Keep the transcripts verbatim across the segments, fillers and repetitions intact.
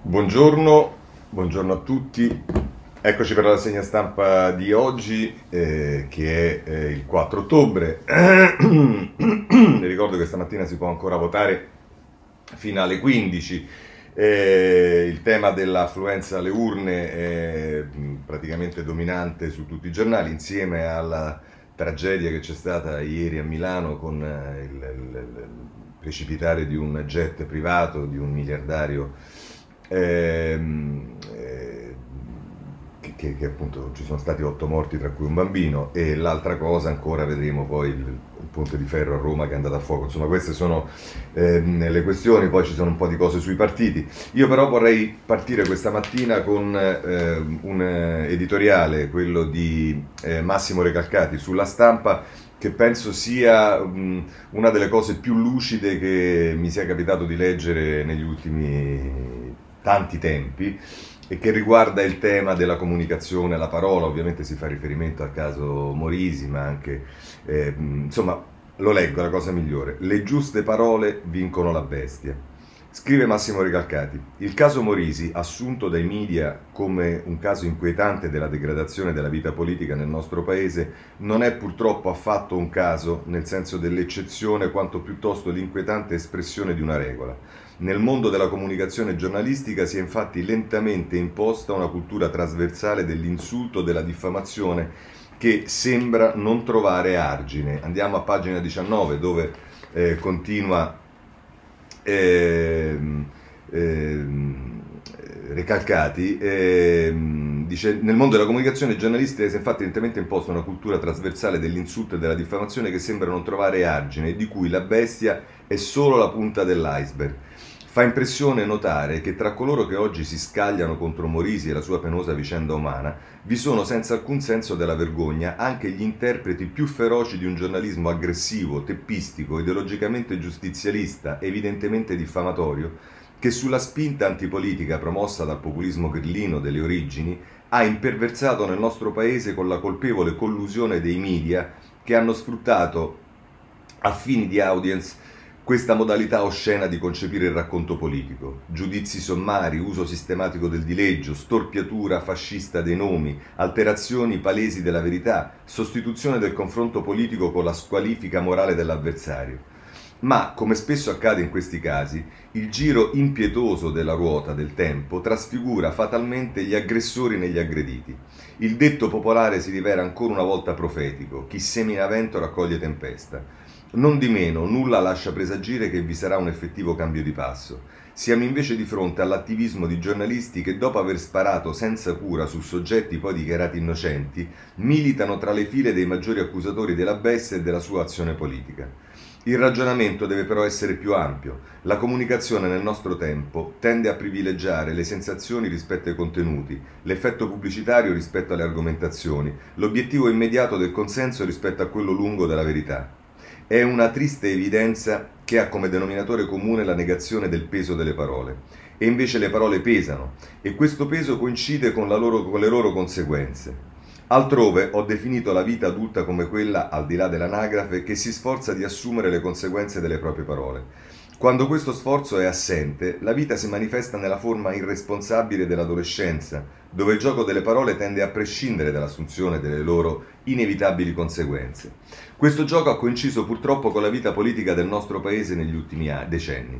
Buongiorno, buongiorno a tutti. Eccoci per la rassegna stampa di oggi, eh, che è eh, il quattro ottobre. Vi ricordo che stamattina si può ancora votare fino alle quindici. Eh, il tema dell'affluenza alle urne è mh, praticamente dominante su tutti i giornali, insieme alla tragedia che c'è stata ieri a Milano con eh, il, il- il precipitare di un jet privato di un miliardario, ehm, eh, che, che- che appunto ci sono stati otto morti tra cui un bambino, e l'altra cosa ancora vedremo poi il, il ponte di ferro a Roma che è andato a fuoco. Insomma, queste sono ehm, le questioni. Poi ci sono un po' di cose sui partiti. Io però vorrei partire questa mattina con eh, un eh, editoriale, quello di eh, Massimo Recalcati sulla Stampa, che penso sia mh, una delle cose più lucide che mi sia capitato di leggere negli ultimi tanti tempi, e che riguarda il tema della comunicazione, la parola. Ovviamente si fa riferimento al caso Morisi, ma anche, eh, insomma, lo leggo, la cosa migliore: le giuste parole vincono la bestia. Scrive Massimo Recalcati: il caso Morisi, assunto dai media come un caso inquietante della degradazione della vita politica nel nostro paese, non è purtroppo affatto un caso nel senso dell'eccezione, quanto piuttosto l'inquietante espressione di una regola. Nel mondo della comunicazione giornalistica si è infatti lentamente imposta una cultura trasversale dell'insulto, della diffamazione, che sembra non trovare argine. Andiamo a pagina diciannove, dove eh, continua ehm, ehm, Recalcati. Ehm, dice: nel mondo della comunicazione giornalistica si è infatti lentamente imposta una cultura trasversale dell'insulto e della diffamazione che sembra non trovare argine e di cui la bestia è solo la punta dell'iceberg. Fa impressione notare che tra coloro che oggi si scagliano contro Morisi e la sua penosa vicenda umana vi sono, senza alcun senso della vergogna, anche gli interpreti più feroci di un giornalismo aggressivo, teppistico, ideologicamente giustizialista, evidentemente diffamatorio, che sulla spinta antipolitica promossa dal populismo grillino delle origini ha imperversato nel nostro paese con la colpevole collusione dei media, che hanno sfruttato a fini di audience questa modalità oscena di concepire il racconto politico: giudizi sommari, uso sistematico del dileggio, storpiatura fascista dei nomi, alterazioni palesi della verità, sostituzione del confronto politico con la squalifica morale dell'avversario. Ma, come spesso accade in questi casi, il giro impietoso della ruota del tempo trasfigura fatalmente gli aggressori negli aggrediti. Il detto popolare si rivela ancora una volta profetico: chi semina vento raccoglie tempesta. Non di meno, nulla lascia presagire che vi sarà un effettivo cambio di passo. Siamo invece di fronte all'attivismo di giornalisti che, dopo aver sparato senza cura su soggetti poi dichiarati innocenti, militano tra le file dei maggiori accusatori della bestia e della sua azione politica. Il ragionamento deve però essere più ampio. La comunicazione nel nostro tempo tende a privilegiare le sensazioni rispetto ai contenuti, l'effetto pubblicitario rispetto alle argomentazioni, l'obiettivo immediato del consenso rispetto a quello lungo della verità. È una triste evidenza che ha come denominatore comune la negazione del peso delle parole. E invece le parole pesano, e questo peso coincide con, la loro, con le loro conseguenze. Altrove ho definito la vita adulta come quella, al di là dell'anagrafe, che si sforza di assumere le conseguenze delle proprie parole. Quando questo sforzo è assente, la vita si manifesta nella forma irresponsabile dell'adolescenza, dove il gioco delle parole tende a prescindere dall'assunzione delle loro inevitabili conseguenze. Questo gioco ha coinciso purtroppo con la vita politica del nostro paese negli ultimi decenni.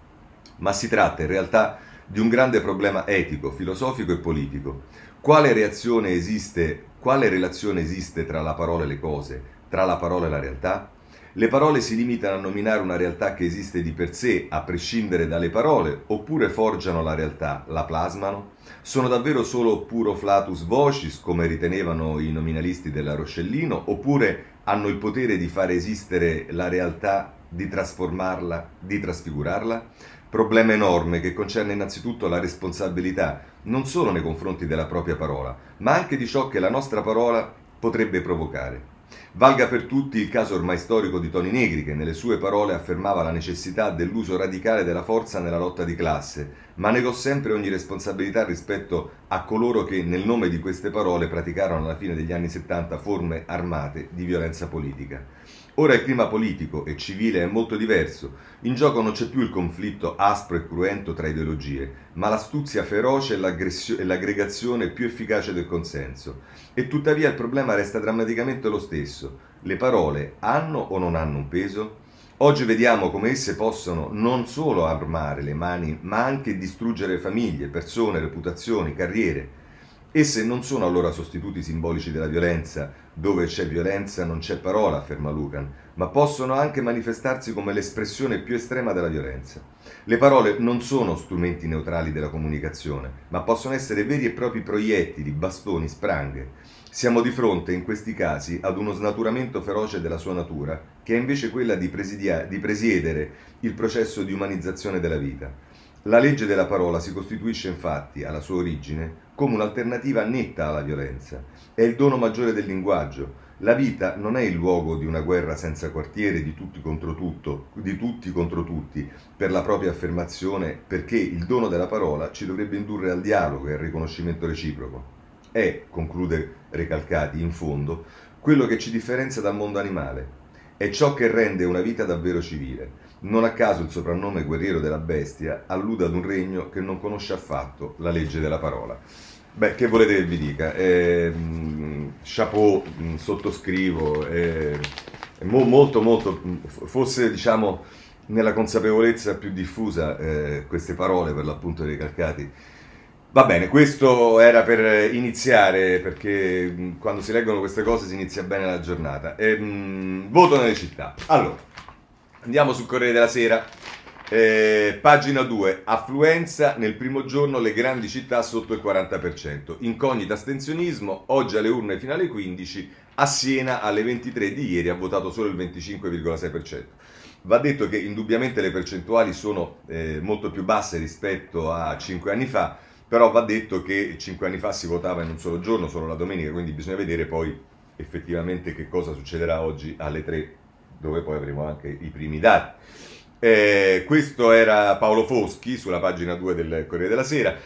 Ma si tratta in realtà di un grande problema etico, filosofico e politico. Quale reazione esiste, quale relazione esiste tra la parola e le cose, tra la parola e la realtà? Le parole si limitano a nominare una realtà che esiste di per sé, a prescindere dalle parole, oppure forgiano la realtà, la plasmano? Sono davvero solo puro flatus vocis, come ritenevano i nominalisti della Rossellino, oppure hanno il potere di fare esistere la realtà, di trasformarla, di trasfigurarla? Problema enorme che concerne innanzitutto la responsabilità, non solo nei confronti della propria parola, ma anche di ciò che la nostra parola potrebbe provocare. Valga per tutti il caso ormai storico di Toni Negri, che nelle sue parole affermava la necessità dell'uso radicale della forza nella lotta di classe, ma negò sempre ogni responsabilità rispetto a coloro che, nel nome di queste parole, praticarono alla fine degli anni settanta forme armate di violenza politica. Ora il clima politico e civile è molto diverso. In gioco non c'è più il conflitto aspro e cruento tra ideologie, ma l'astuzia feroce e, l'aggressio- e l'aggregazione più efficace del consenso. E tuttavia il problema resta drammaticamente lo stesso. Le parole hanno o non hanno un peso? Oggi vediamo come esse possono non solo armare le mani, ma anche distruggere famiglie, persone, reputazioni, carriere. Esse non sono allora sostituti simbolici della violenza, dove c'è violenza non c'è parola, afferma Lucan, ma possono anche manifestarsi come l'espressione più estrema della violenza. Le parole non sono strumenti neutrali della comunicazione, ma possono essere veri e propri proiettili, bastoni, spranghe. Siamo di fronte, in questi casi, ad uno snaturamento feroce della sua natura, che è invece quella di, presidia- di presiedere il processo di umanizzazione della vita. La legge della parola si costituisce infatti, alla sua origine, come un'alternativa netta alla violenza. È il dono maggiore del linguaggio. La vita non è il luogo di una guerra senza quartiere di tutti contro tutto, di tutti contro tutti, per la propria affermazione, perché il dono della parola ci dovrebbe indurre al dialogo e al riconoscimento reciproco. È, conclude Recalcati, in fondo, quello che ci differenzia dal mondo animale. È ciò che rende una vita davvero civile. Non a caso il soprannome guerriero della bestia allude ad un regno che non conosce affatto la legge della parola. Beh, che volete che vi dica? Eh, chapeau, sottoscrivo, eh, mo, molto molto, fosse diciamo nella consapevolezza più diffusa eh, queste parole per l'appunto dei Recalcati. Va bene, questo era per iniziare, perché mh, quando si leggono queste cose si inizia bene la giornata. E, mh, voto nelle città. Allora, andiamo sul Corriere della Sera, eh, pagina due, affluenza nel primo giorno le grandi città sotto il quaranta per cento, incognita astensionismo, oggi alle urne fino alle quindici, a Siena alle ventitré di ieri ha votato solo il venticinque virgola sei per cento. Va detto che indubbiamente le percentuali sono eh, molto più basse rispetto a cinque anni fa, però va detto che cinque anni fa si votava in un solo giorno, solo la domenica, quindi bisogna vedere poi effettivamente che cosa succederà oggi alle tre, dove poi avremo anche i primi dati. Eh, questo era Paolo Foschi sulla pagina due del Corriere della Sera.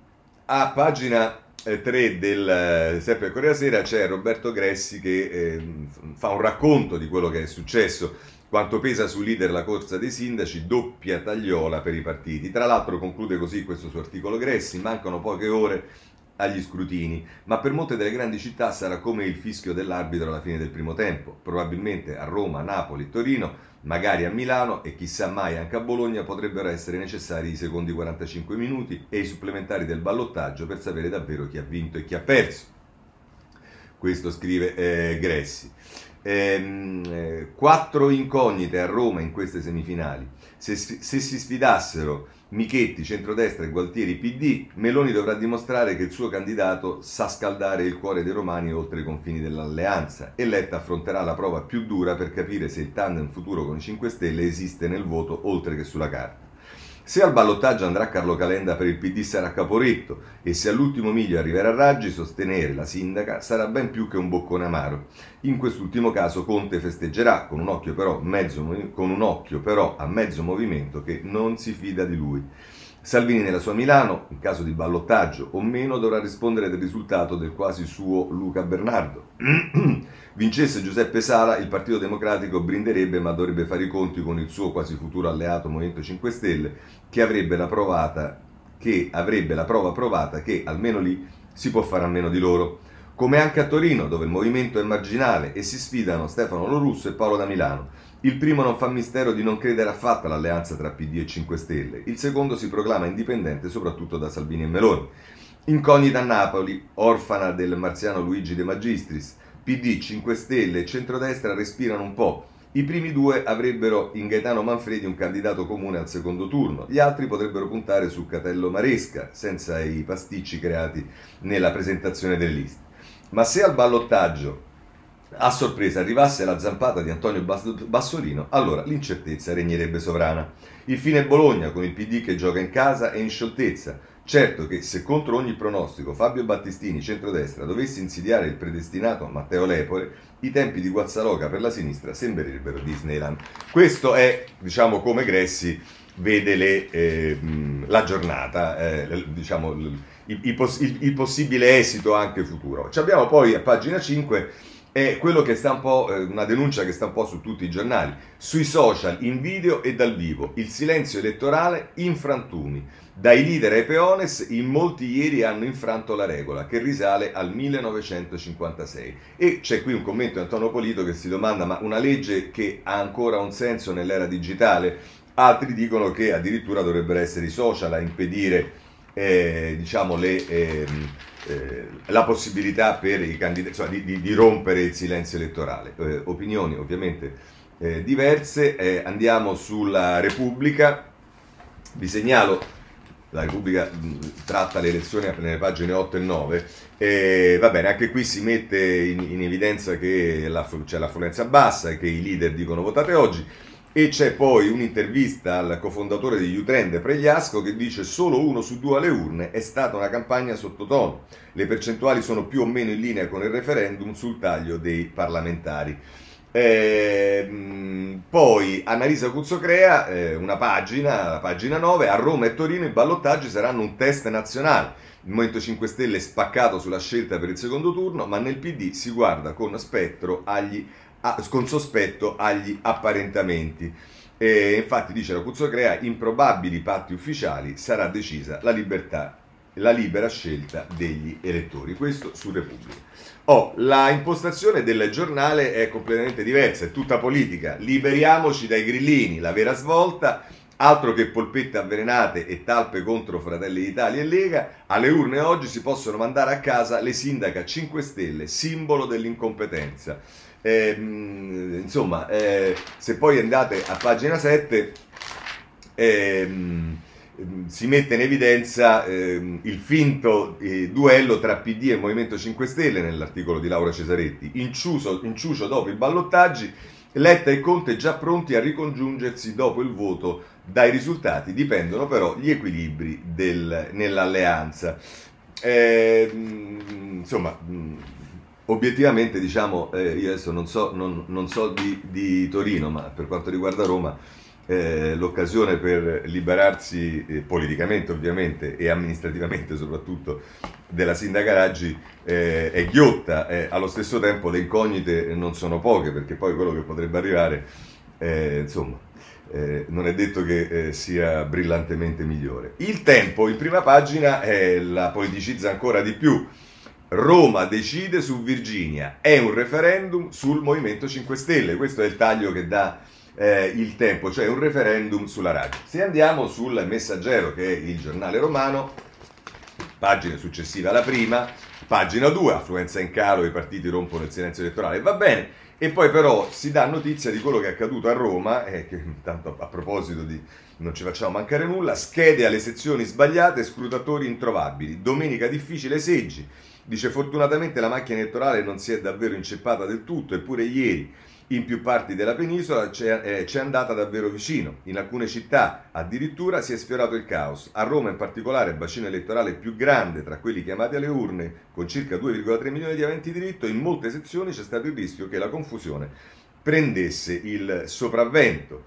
A pagina eh, tre del eh, sempre del Corriere della Sera c'è Roberto Gressi che eh, fa un racconto di quello che è successo. Quanto pesa sul leader la corsa dei sindaci, doppia tagliola per i partiti. Tra l'altro conclude così questo suo articolo Gressi, mancano poche ore agli scrutini, ma per molte delle grandi città sarà come il fischio dell'arbitro alla fine del primo tempo. Probabilmente a Roma, Napoli, Torino, magari a Milano e chissà mai anche a Bologna potrebbero essere necessari i secondi quarantacinque minuti e i supplementari del ballottaggio per sapere davvero chi ha vinto e chi ha perso. Questo scrive eh, Gressi. Ehm, eh, quattro incognite a Roma in queste semifinali. Se, se si sfidassero Michetti, centrodestra e Gualtieri, P D, Meloni dovrà dimostrare che il suo candidato sa scaldare il cuore dei romani oltre i confini dell'alleanza e Letta affronterà la prova più dura per capire se il tandem futuro con i cinque Stelle esiste nel voto oltre che sulla carta. Se al ballottaggio andrà Carlo Calenda per il P D sarà Caporetto e se all'ultimo miglio arriverà Raggi, sostenere la sindaca sarà ben più che un boccone amaro. In quest'ultimo caso Conte festeggerà con un occhio però, mezzo, con un occhio però a mezzo movimento che non si fida di lui. Salvini nella sua Milano, in caso di ballottaggio o meno, dovrà rispondere del risultato del quasi suo Luca Bernardo. Vincesse Giuseppe Sala, il Partito Democratico brinderebbe ma dovrebbe fare i conti con il suo quasi futuro alleato Movimento cinque Stelle che avrebbe la provata che avrebbe la prova provata che almeno lì si può fare a meno di loro. Come anche a Torino, dove il movimento è marginale e si sfidano Stefano Lorusso e Paolo da Milano. Il primo non fa mistero di non credere affatto all'alleanza tra P D e cinque Stelle, il secondo si proclama indipendente soprattutto da Salvini e Meloni. Incognita a Napoli, orfana del marziano Luigi De Magistris, P D, cinque Stelle e centrodestra respirano un po'. I primi due avrebbero in Gaetano Manfredi un candidato comune al secondo turno, gli altri potrebbero puntare su Catello Maresca, senza i pasticci creati nella presentazione delle liste. Ma se al ballottaggio a sorpresa arrivasse la zampata di Antonio Bassolino, allora l'incertezza regnerebbe sovrana. Il fine Bologna, con il P D che gioca in casa e in scioltezza. Certo che se contro ogni pronostico Fabio Battistini, centrodestra, dovesse insidiare il predestinato Matteo Lepore, i tempi di Guazzaloca per la sinistra sembrerebbero Disneyland. Questo è, diciamo, come Gressi vede le, eh, la giornata, eh, diciamo, il, il, il, il possibile esito anche futuro. Ci abbiamo poi a pagina cinque è quello che sta un po', eh, una denuncia che sta un po' su tutti i giornali, sui social, in video e dal vivo, il silenzio elettorale in frantumi, dai leader ai peones, in molti ieri hanno infranto la regola, che risale al millenovecentocinquantasei. E c'è qui un commento di Antonio Polito che si domanda, ma una legge che ha ancora un senso nell'era digitale? Altri dicono che addirittura dovrebbero essere i social a impedire eh, diciamo le... Eh, Eh, la possibilità per i candidati, insomma, di, di, di rompere il silenzio elettorale. Eh, opinioni ovviamente eh, diverse. Eh, andiamo sulla Repubblica. Vi segnalo, la Repubblica mh, tratta le elezioni nelle pagine otto e nove. Eh, va bene, anche qui si mette in, in evidenza che la, c'è l'affluenza bassa e che i leader dicono votate oggi. E c'è poi un'intervista al cofondatore di Utrend, Pregliasco, che dice solo uno su due alle urne, è stata una campagna sottotono. Le percentuali sono più o meno in linea con il referendum sul taglio dei parlamentari. Eh, poi Annalisa Cuzzocrea, eh, una pagina, la pagina nove, a Roma e Torino i ballottaggi saranno un test nazionale. Il Movimento cinque Stelle è spaccato sulla scelta per il secondo turno, ma nel P D si guarda con spettro agli con sospetto agli apparentamenti. E infatti dice la Cuzzocrea, improbabili patti ufficiali, sarà decisa la libertà, la libera scelta degli elettori. Questo su Repubblica. Oh, la impostazione del giornale è completamente diversa, è tutta politica. Liberiamoci dai grillini, la vera svolta. Altro che polpette avvelenate e talpe contro Fratelli d'Italia e Lega, alle urne oggi si possono mandare a casa le sindaca cinque Stelle, simbolo dell'incompetenza. Eh, insomma, eh, se poi andate a pagina sette, eh, si mette in evidenza eh, il finto eh, duello tra P D e Movimento cinque Stelle nell'articolo di Laura Cesaretti, inciuso, inciucio dopo i ballottaggi, Letta e Conte già pronti a ricongiungersi dopo il voto, dai risultati dipendono però gli equilibri del, nell'alleanza. Eh, insomma, obiettivamente, diciamo, eh, io adesso non so, non, non so di, di Torino, ma per quanto riguarda Roma, eh, l'occasione per liberarsi eh, politicamente ovviamente e amministrativamente soprattutto della sindaca Raggi eh, è ghiotta. Eh, allo stesso tempo le incognite non sono poche, perché poi quello che potrebbe arrivare, eh, insomma, eh, non è detto che eh, sia brillantemente migliore. Il Tempo, in prima pagina, eh, la politicizza ancora di più. Roma decide su Virginia, è un referendum sul Movimento cinque Stelle, questo è il taglio che dà eh, il Tempo, cioè un referendum sulla Raggi. Se andiamo sul Messaggero, che è il giornale romano, pagina successiva alla prima, pagina due, affluenza in calo, i partiti rompono il silenzio elettorale, va bene, e poi però si dà notizia di quello che è accaduto a Roma, eh, che tanto a proposito di non ci facciamo mancare nulla, schede alle sezioni sbagliate, scrutatori introvabili, domenica difficile seggi. Dice, fortunatamente la macchina elettorale non si è davvero inceppata del tutto, eppure ieri in più parti della penisola c'è, eh, c'è andata davvero vicino. In alcune città addirittura si è sfiorato il caos. A Roma in particolare, il bacino elettorale più grande tra quelli chiamati alle urne, con circa due virgola tre milioni di aventi diritto, in molte sezioni c'è stato il rischio che la confusione prendesse il sopravvento.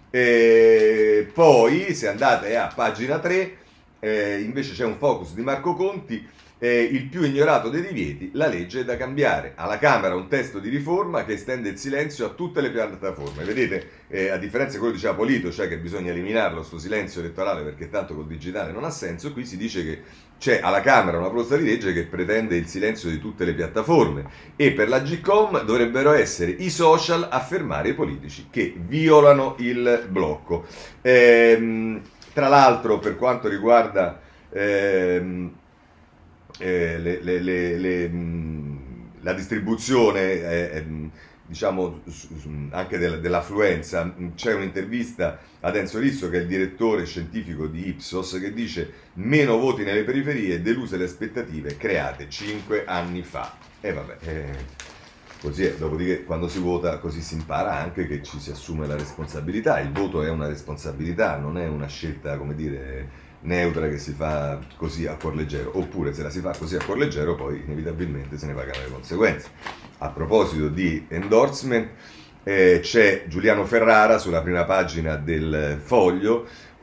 E poi, se andate a pagina tre, eh, invece c'è un focus di Marco Conti, Eh, il più ignorato dei divieti, la legge è da cambiare. Alla Camera un testo di riforma che estende il silenzio a tutte le piattaforme. Vedete, eh, a differenza di quello che diceva Polito, cioè che bisogna eliminarlo sto silenzio elettorale perché tanto col digitale non ha senso, qui si dice che c'è alla Camera una proposta di legge che pretende il silenzio di tutte le piattaforme, e per la Gcom dovrebbero essere i social a fermare i politici che violano il blocco. Ehm, tra l'altro, per quanto riguarda ehm, Eh, le, le, le, le, mh, la distribuzione eh, eh, diciamo su, su, anche del, dell'affluenza, c'è un'intervista ad Enzo Risso, che è il direttore scientifico di Ipsos, che dice meno voti nelle periferie, deluse le aspettative create cinque anni fa. E vabbè, eh, così è. Dopodiché, quando si vota così si impara anche che ci si assume la responsabilità. Il voto è una responsabilità, non è una scelta, come dire, neutra che si fa così a cuor leggero, oppure se la si fa così a cuor leggero poi inevitabilmente se ne pagano le conseguenze. A proposito di endorsement, eh, c'è Giuliano Ferrara sulla prima pagina del Foglio,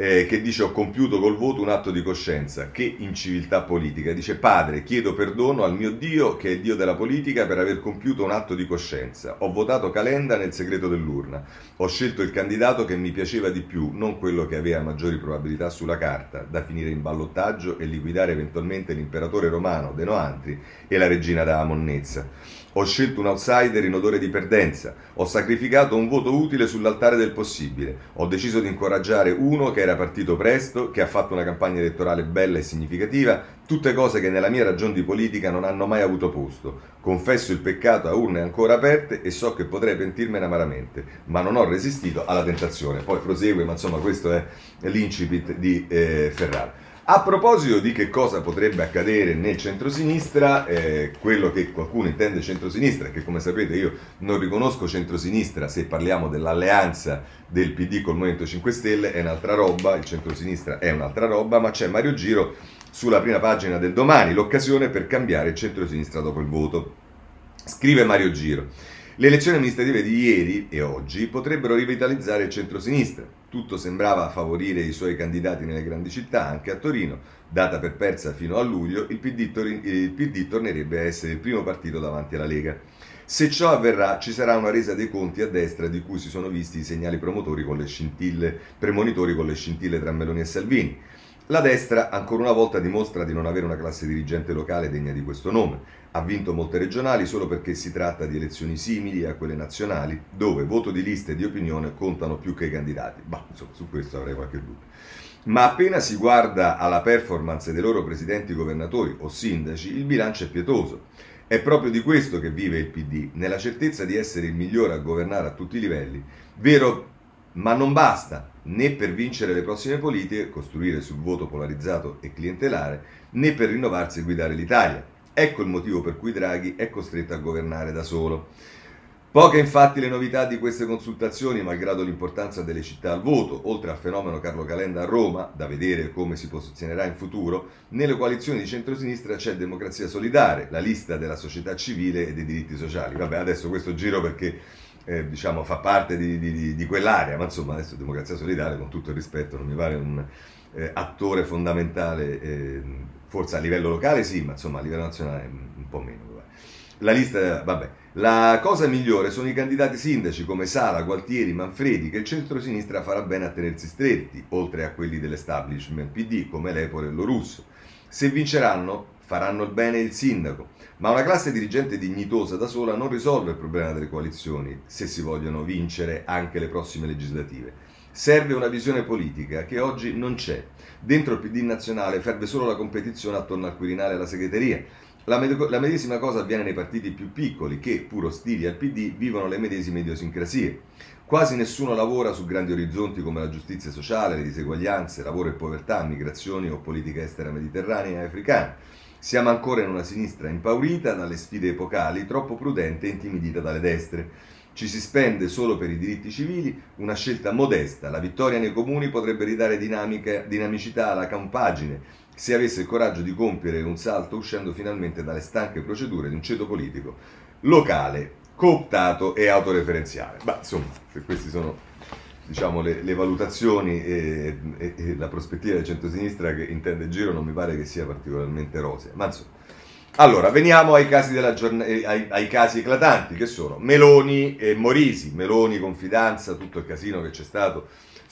eh, che dice: ho compiuto col voto un atto di coscienza. Che inciviltà politica. Dice: padre, chiedo perdono al mio Dio, che è Dio della politica, per aver compiuto un atto di coscienza. Ho votato Calenda nel segreto dell'urna. Ho scelto il candidato che mi piaceva di più, non quello che aveva maggiori probabilità sulla carta, da finire in ballottaggio e liquidare eventualmente l'imperatore romano De Noantri e la regina della monnezza. Ho scelto un outsider in odore di perdenza. Ho sacrificato un voto utile sull'altare del possibile. Ho deciso di incoraggiare uno che era partito presto, che ha fatto una campagna elettorale bella e significativa, tutte cose che nella mia ragione di politica non hanno mai avuto posto. Confesso il peccato a urne ancora aperte e so che potrei pentirmene amaramente, ma non ho resistito alla tentazione. Poi prosegue, ma insomma questo è l'incipit di eh, Ferrara. A proposito di che cosa potrebbe accadere nel centrosinistra, eh, quello che qualcuno intende centrosinistra, che come sapete io non riconosco centrosinistra se parliamo dell'alleanza del P D col Movimento cinque Stelle, è un'altra roba, il centrosinistra è un'altra roba, ma c'è Mario Giro sulla prima pagina del Domani, l'occasione per cambiare il centrosinistra dopo il voto. Scrive Mario Giro: le elezioni amministrative di ieri e oggi potrebbero rivitalizzare il centrosinistra. Tutto sembrava favorire i suoi candidati nelle grandi città, anche a Torino, data per persa fino a luglio, il P D, tor- il P D tornerebbe a essere il primo partito davanti alla Lega. Se ciò avverrà, ci sarà una resa dei conti a destra di cui si sono visti i segnali promotori con le scintille, premonitori con le scintille tra Meloni e Salvini. La destra ancora una volta dimostra di non avere una classe dirigente locale degna di questo nome. Ha vinto molte regionali solo perché si tratta di elezioni simili a quelle nazionali, dove voto di lista e di opinione contano più che i candidati. Bah, insomma, su questo avrei qualche dubbio. Ma appena si guarda alla performance dei loro presidenti governatori o sindaci, il bilancio è pietoso. È proprio di questo che vive il P D, nella certezza di essere il migliore a governare a tutti i livelli. Vero, ma non basta, né per vincere le prossime politiche, costruire sul voto polarizzato e clientelare, né per rinnovarsi e guidare l'Italia. Ecco il motivo per cui Draghi è costretto a governare da solo. Poche infatti le novità di queste consultazioni, malgrado l'importanza delle città al voto, oltre al fenomeno Carlo Calenda a Roma, da vedere come si posizionerà in futuro. Nelle coalizioni di centrosinistra c'è Democrazia Solidale, la lista della società civile e dei diritti sociali. Vabbè, adesso questo giro perché eh, diciamo fa parte di, di, di quell'area, ma insomma adesso Democrazia Solidale, con tutto il rispetto, non mi pare un eh, attore fondamentale, eh, forse a livello locale sì, ma insomma a livello nazionale un po' meno. Vabbè. La lista, vabbè. La cosa migliore sono i candidati sindaci come Sala, Gualtieri, Manfredi, che il centro-sinistra farà bene a tenersi stretti, oltre a quelli dell'establishment P D come Lepore e Lorusso. Se vinceranno, faranno il bene il sindaco, ma una classe dirigente dignitosa da sola non risolve il problema delle coalizioni, se si vogliono vincere anche le prossime legislative. Serve una visione politica che oggi non c'è. Dentro il P D nazionale ferve solo la competizione attorno al Quirinale e alla segreteria. La, med- la medesima cosa avviene nei partiti più piccoli che, pur ostili al P D, vivono le medesime idiosincrasie. Quasi nessuno lavora su grandi orizzonti come la giustizia sociale, le diseguaglianze, lavoro e povertà, migrazioni o politica estera mediterranea e africana. Siamo ancora in una sinistra impaurita dalle sfide epocali, troppo prudente e intimidita dalle destre. Ci si spende solo per i diritti civili, una scelta modesta. La vittoria nei comuni potrebbe ridare dinamica, dinamicità alla compagine, se avesse il coraggio di compiere un salto uscendo finalmente dalle stanche procedure di un ceto politico locale, cooptato e autoreferenziale. Ma insomma, se queste sono diciamo, le, le valutazioni e, e, e la prospettiva del centrosinistra che intende Giro, non mi pare che sia particolarmente rosea. Ma insomma. Allora, veniamo ai casi, della giorn- ai, ai casi eclatanti, che sono Meloni e Morisi. Meloni confidenza, tutto il casino che c'è stato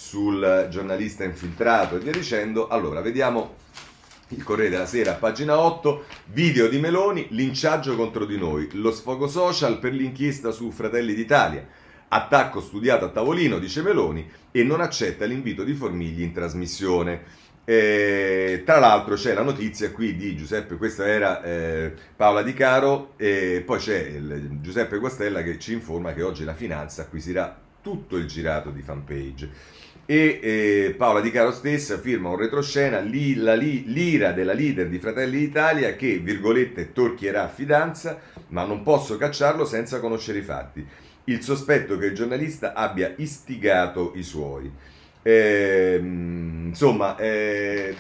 sul giornalista infiltrato e via dicendo. Allora, vediamo il Corriere della Sera, pagina otto, video di Meloni, linciaggio contro di noi, lo sfogo social per l'inchiesta su Fratelli d'Italia. Attacco studiato a tavolino, dice Meloni, e non accetta l'invito di Formigli in trasmissione. Eh, tra l'altro c'è la notizia qui di Giuseppe, questa era eh, Paola Di Caro, e poi c'è il, Giuseppe Guastella che ci informa che oggi la Finanza acquisirà tutto il girato di fanpage. E eh, Paola Di Caro stessa firma un retroscena, li, la, li, l'ira della leader di Fratelli d'Italia che, virgolette, torchierà fidanza, ma non posso cacciarlo senza conoscere i fatti. Il sospetto che il giornalista abbia istigato i suoi. Eh, insomma, eh,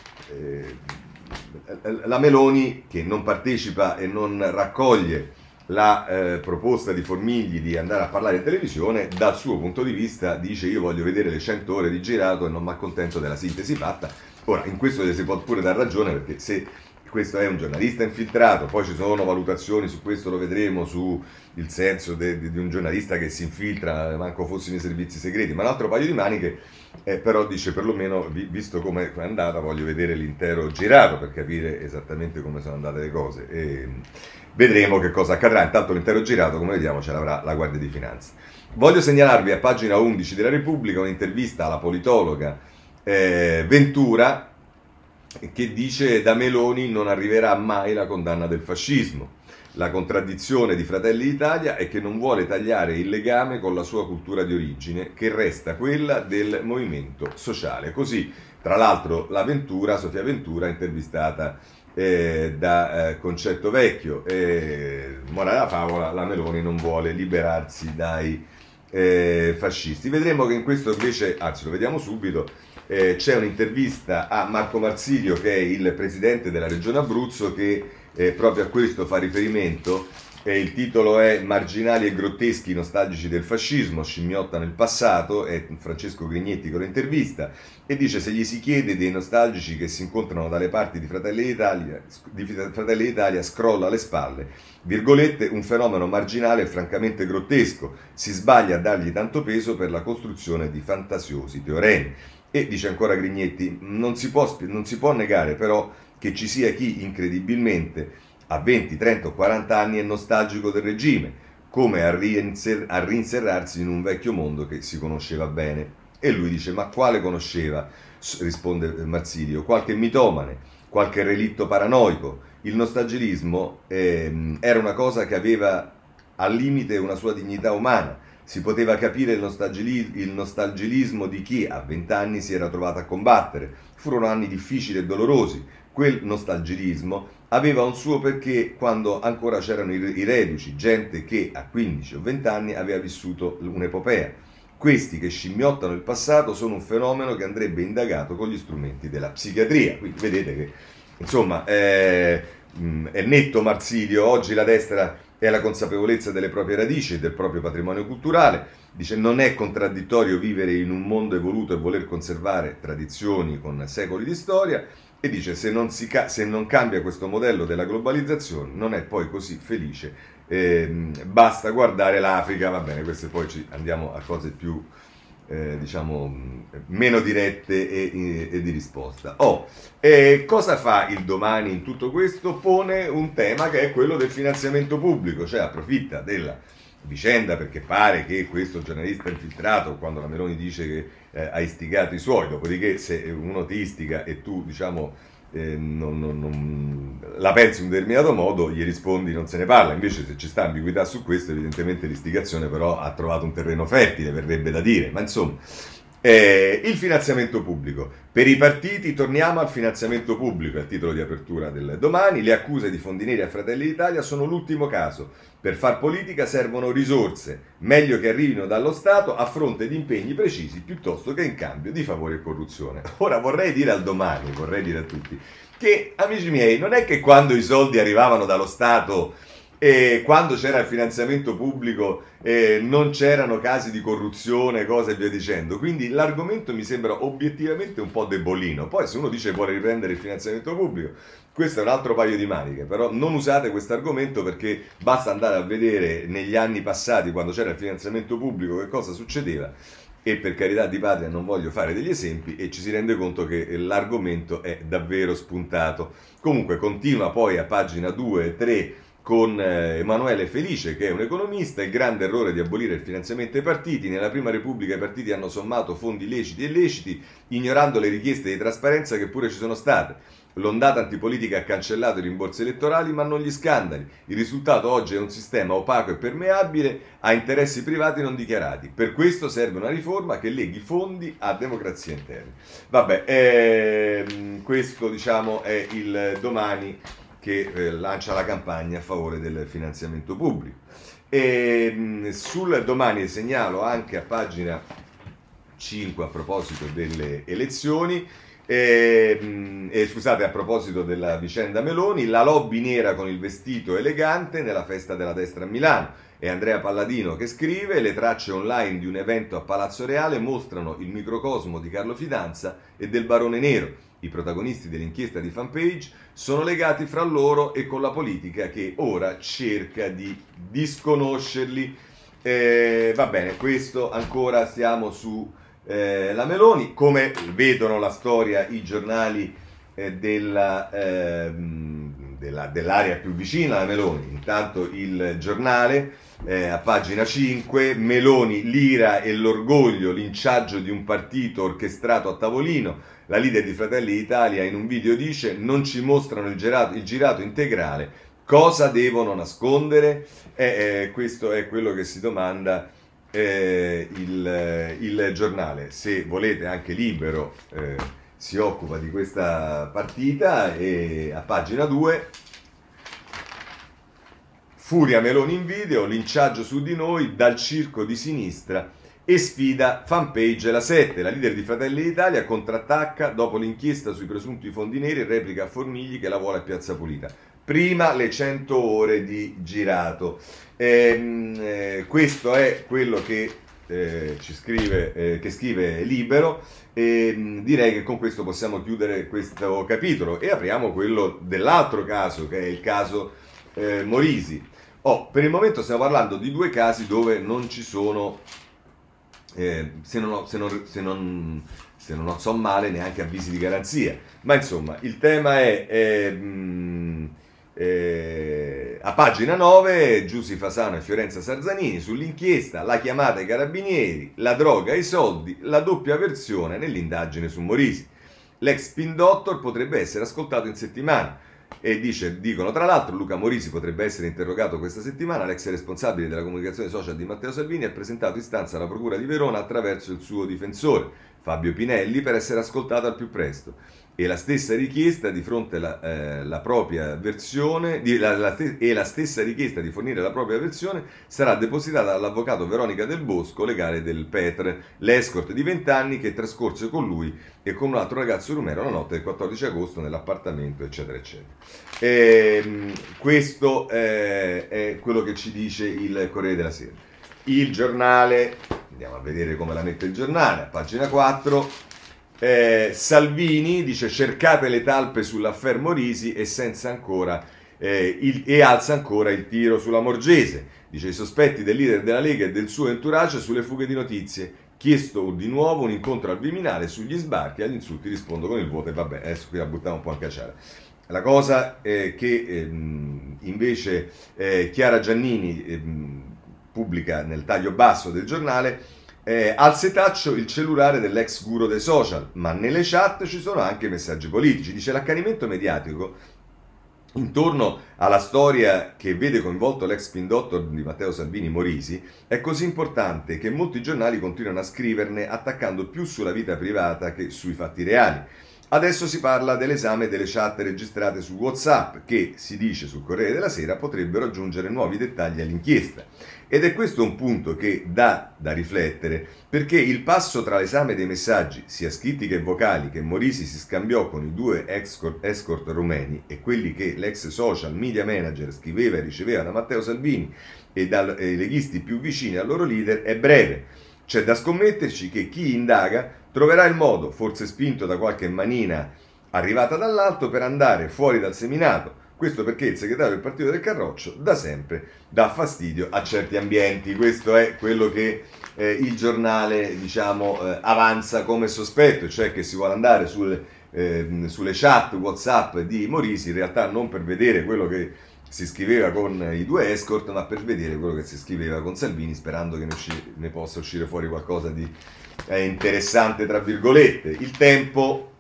eh, la Meloni, che non partecipa e non raccoglie la eh, proposta di Formigli di andare a parlare in televisione, dal suo punto di vista dice io voglio vedere le cento ore di girato e non mi accontento della sintesi fatta. Ora, in questo si può pure dar ragione, perché se questo è un giornalista infiltrato, poi ci sono valutazioni su questo, lo vedremo, su il senso de, de, di un giornalista che si infiltra, manco fossimo i servizi segreti, ma un altro paio di maniche, eh, però dice perlomeno, vi, visto come è andata, voglio vedere l'intero girato per capire esattamente come sono andate le cose e vedremo che cosa accadrà. Intanto l'intero girato, come vediamo, ce l'avrà la Guardia di Finanza. Voglio segnalarvi a pagina undici della Repubblica un'intervista alla politologa eh, Ventura, che dice da Meloni non arriverà mai la condanna del fascismo. La contraddizione di Fratelli d'Italia è che non vuole tagliare il legame con la sua cultura di origine, che resta quella del movimento sociale. Così, tra l'altro, la Ventura, Sofia Ventura, intervistata eh, da eh, Concetto Vecchio. Eh, morale della favola, la Meloni non vuole liberarsi dai eh, fascisti. Vedremo che in questo invece, anzi lo vediamo subito, Eh, c'è un'intervista a Marco Marsilio, che è il presidente della regione Abruzzo, che eh, proprio a questo fa riferimento. Eh, il titolo è Marginali e grotteschi nostalgici del fascismo, scimmiottano il passato. È Francesco Grignetti con l'intervista, e dice: se gli si chiede dei nostalgici che si incontrano dalle parti di Fratelli d'Italia, di Fratelli d'Italia scrolla le spalle, virgolette, un fenomeno marginale e francamente grottesco, si sbaglia a dargli tanto peso per la costruzione di fantasiosi teoremi. E dice ancora Grignetti, non si può, non si può negare però che ci sia chi incredibilmente a venti, trenta o quaranta anni è nostalgico del regime, come a, rinser- a rinserrarsi in un vecchio mondo che si conosceva bene. E lui dice, ma quale conosceva? Risponde Marsilio, qualche mitomane, qualche relitto paranoico. Il nostalgilismo eh, era una cosa che aveva al limite una sua dignità umana. Si poteva capire il, nostalgilis- il nostalgilismo di chi a vent'anni si era trovato a combattere. Furono anni difficili e dolorosi. Quel nostalgilismo aveva un suo perché quando ancora c'erano i, i reduci, gente che a quindici o venti anni aveva vissuto un'epopea. Questi che scimmiottano il passato sono un fenomeno che andrebbe indagato con gli strumenti della psichiatria. Quindi vedete che, insomma, è, è netto Marsilio. Oggi la destra è la consapevolezza delle proprie radici e del proprio patrimonio culturale. Dice, non è contraddittorio vivere in un mondo evoluto e voler conservare tradizioni con secoli di storia. E dice, se non, si ca- se non cambia questo modello della globalizzazione, non è poi così felice. Eh, basta guardare l'Africa. Va bene, queste poi ci andiamo a cose più, eh, diciamo, meno dirette e, e, e di risposta. Oh, eh, cosa fa il Domani in tutto questo? Pone un tema che è quello del finanziamento pubblico, cioè approfitta della vicenda perché pare che questo giornalista infiltrato, quando la Meloni dice che eh, ha istigato i suoi, dopodiché se uno ti istiga e tu, diciamo, eh, non, non, non, la pensi in un determinato modo, gli rispondi non se ne parla. Invece se ci sta ambiguità su questo, evidentemente l'istigazione però ha trovato un terreno fertile, verrebbe da dire. Ma insomma, eh, il finanziamento pubblico. Per i partiti torniamo al finanziamento pubblico, è il titolo di apertura del Domani. Le accuse di Fondineri a Fratelli d'Italia sono l'ultimo caso. Per far politica servono risorse, meglio che arrivino dallo Stato a fronte di impegni precisi piuttosto che in cambio di favori e corruzione. Ora vorrei dire al Domani, vorrei dire a tutti, che amici miei, non è che quando i soldi arrivavano dallo Stato e quando c'era il finanziamento pubblico eh, non c'erano casi di corruzione, cose e via dicendo. Quindi l'argomento mi sembra obiettivamente un po' debolino. Poi se uno dice vuole riprendere il finanziamento pubblico, questo è un altro paio di maniche, però non usate questo argomento perché basta andare a vedere negli anni passati, quando c'era il finanziamento pubblico, che cosa succedeva. E per carità di patria non voglio fare degli esempi, e ci si rende conto che l'argomento è davvero spuntato. Comunque continua poi a pagina due e tre con Emanuele Felice, che è un economista. Il grande errore di abolire il finanziamento ai partiti. Nella prima repubblica i partiti hanno sommato fondi leciti e illeciti, ignorando le richieste di trasparenza che pure ci sono state. L'ondata antipolitica ha cancellato i rimborsi elettorali, ma non gli scandali. Il risultato oggi è un sistema opaco e permeabile a interessi privati non dichiarati. Per questo serve una riforma che leghi fondi a democrazia interna. Vabbè, ehm, questo, diciamo, è il Domani che eh, lancia la campagna a favore del finanziamento pubblico. E mh, sul Domani segnalo anche a pagina cinque, a proposito delle elezioni, E, e scusate, a proposito della vicenda Meloni, la lobby nera con il vestito elegante nella festa della destra a Milano. È Andrea Palladino che scrive: le tracce online di un evento a Palazzo Reale mostrano il microcosmo di Carlo Fidanza e del Barone Nero. I protagonisti dell'inchiesta di Fanpage sono legati fra loro e con la politica che ora cerca di disconoscerli. Eh, va bene, questo ancora stiamo su eh, la Meloni. Come vedono la storia i giornali eh, della, eh, della, dell'area più vicina alla Meloni? Intanto il Giornale eh, a pagina cinque: Meloni, l'ira e l'orgoglio, linciaggio di un partito orchestrato a tavolino. La leader di Fratelli d'Italia in un video dice: non ci mostrano il girato, il girato integrale, cosa devono nascondere? Eh, eh, questo è quello che si domanda eh, il, il Giornale. Se volete anche Libero eh, si occupa di questa partita, e a pagina due: Furia Meloni in video, linciaggio su di noi dal circo di sinistra e sfida Fanpage e la sette. La leader di Fratelli d'Italia contrattacca dopo l'inchiesta sui presunti fondi neri e replica a Formigli che la vuole a Piazza Pulita. Prima le cento ore di girato. Ehm, eh, questo è quello che eh, ci scrive, eh, che scrive Libero, e mh, direi che con questo possiamo chiudere questo capitolo e apriamo quello dell'altro caso, che è il caso eh, Morisi. Oh, per il momento stiamo parlando di due casi dove non ci sono, eh, se, non ho, se, non, se, non, se non so male, neanche avvisi di garanzia. Ma insomma, il tema è, è mh, eh, a pagina nove, Giussi Fasano e Fiorenza Sarzanini sull'inchiesta, la chiamata ai carabinieri, la droga e i soldi, la doppia versione nell'indagine su Morisi. L'ex spin doctor potrebbe essere ascoltato in settimana. E dice, dicono tra l'altro, Luca Morisi potrebbe essere interrogato questa settimana. L'ex responsabile della comunicazione social di Matteo Salvini ha presentato istanza alla Procura di Verona attraverso il suo difensore, Fabio Pinelli, per essere ascoltato al più presto. E la stessa richiesta di fronte alla eh, la propria versione di, la, la, e la stessa richiesta di fornire la propria versione sarà depositata dall'avvocato Veronica Del Bosco, legale del Petr, l'escort di venti anni che trascorse con lui e con un altro ragazzo rumeno la notte del quattordici agosto nell'appartamento, eccetera eccetera. E, questo eh, è quello che ci dice il Corriere della Sera. Il Giornale, andiamo a vedere come la mette il Giornale, a pagina quattro. Eh, Salvini dice: cercate le talpe sull'affaire Morisi e senza ancora eh, il, e alza ancora il tiro sulla Morgese. Dice: i sospetti del leader della Lega e del suo entourage sulle fughe di notizie. Chiesto di nuovo un incontro al Viminale sugli sbarchi, agli insulti rispondo con il voto. E vabbè, adesso qui la buttiamo un po' a cacciare. La cosa è che ehm, invece eh, Chiara Giannini ehm, pubblica nel taglio basso del Giornale: Eh, al setaccio il cellulare dell'ex guru dei social, ma nelle chat ci sono anche messaggi politici. Dice: l'accanimento mediatico intorno alla storia che vede coinvolto l'ex spin doctor di Matteo Salvini, Morisi, è così importante che molti giornali continuano a scriverne attaccando più sulla vita privata che sui fatti reali. Adesso si parla dell'esame delle chat registrate su WhatsApp che, si dice sul Corriere della Sera, potrebbero aggiungere nuovi dettagli all'inchiesta. Ed è questo un punto che dà da riflettere, perché il passo tra l'esame dei messaggi, sia scritti che vocali, che Morisi si scambiò con i due escort, escort rumeni e quelli che l'ex social media manager scriveva e riceveva da Matteo Salvini e dai leghisti più vicini al loro leader, è breve. C'è da scommetterci che chi indaga troverà il modo, forse spinto da qualche manina arrivata dall'alto, per andare fuori dal seminato. Questo perché il segretario del partito del Carroccio da sempre dà fastidio a certi ambienti. Questo è quello che eh, il Giornale, diciamo, eh, avanza come sospetto, cioè che si vuole andare sul, eh, sulle chat WhatsApp di Morisi, in realtà non per vedere quello che si scriveva con i due escort, ma per vedere quello che si scriveva con Salvini, sperando che ne, usci- ne possa uscire fuori qualcosa di eh, interessante, tra virgolette. Il Tempo,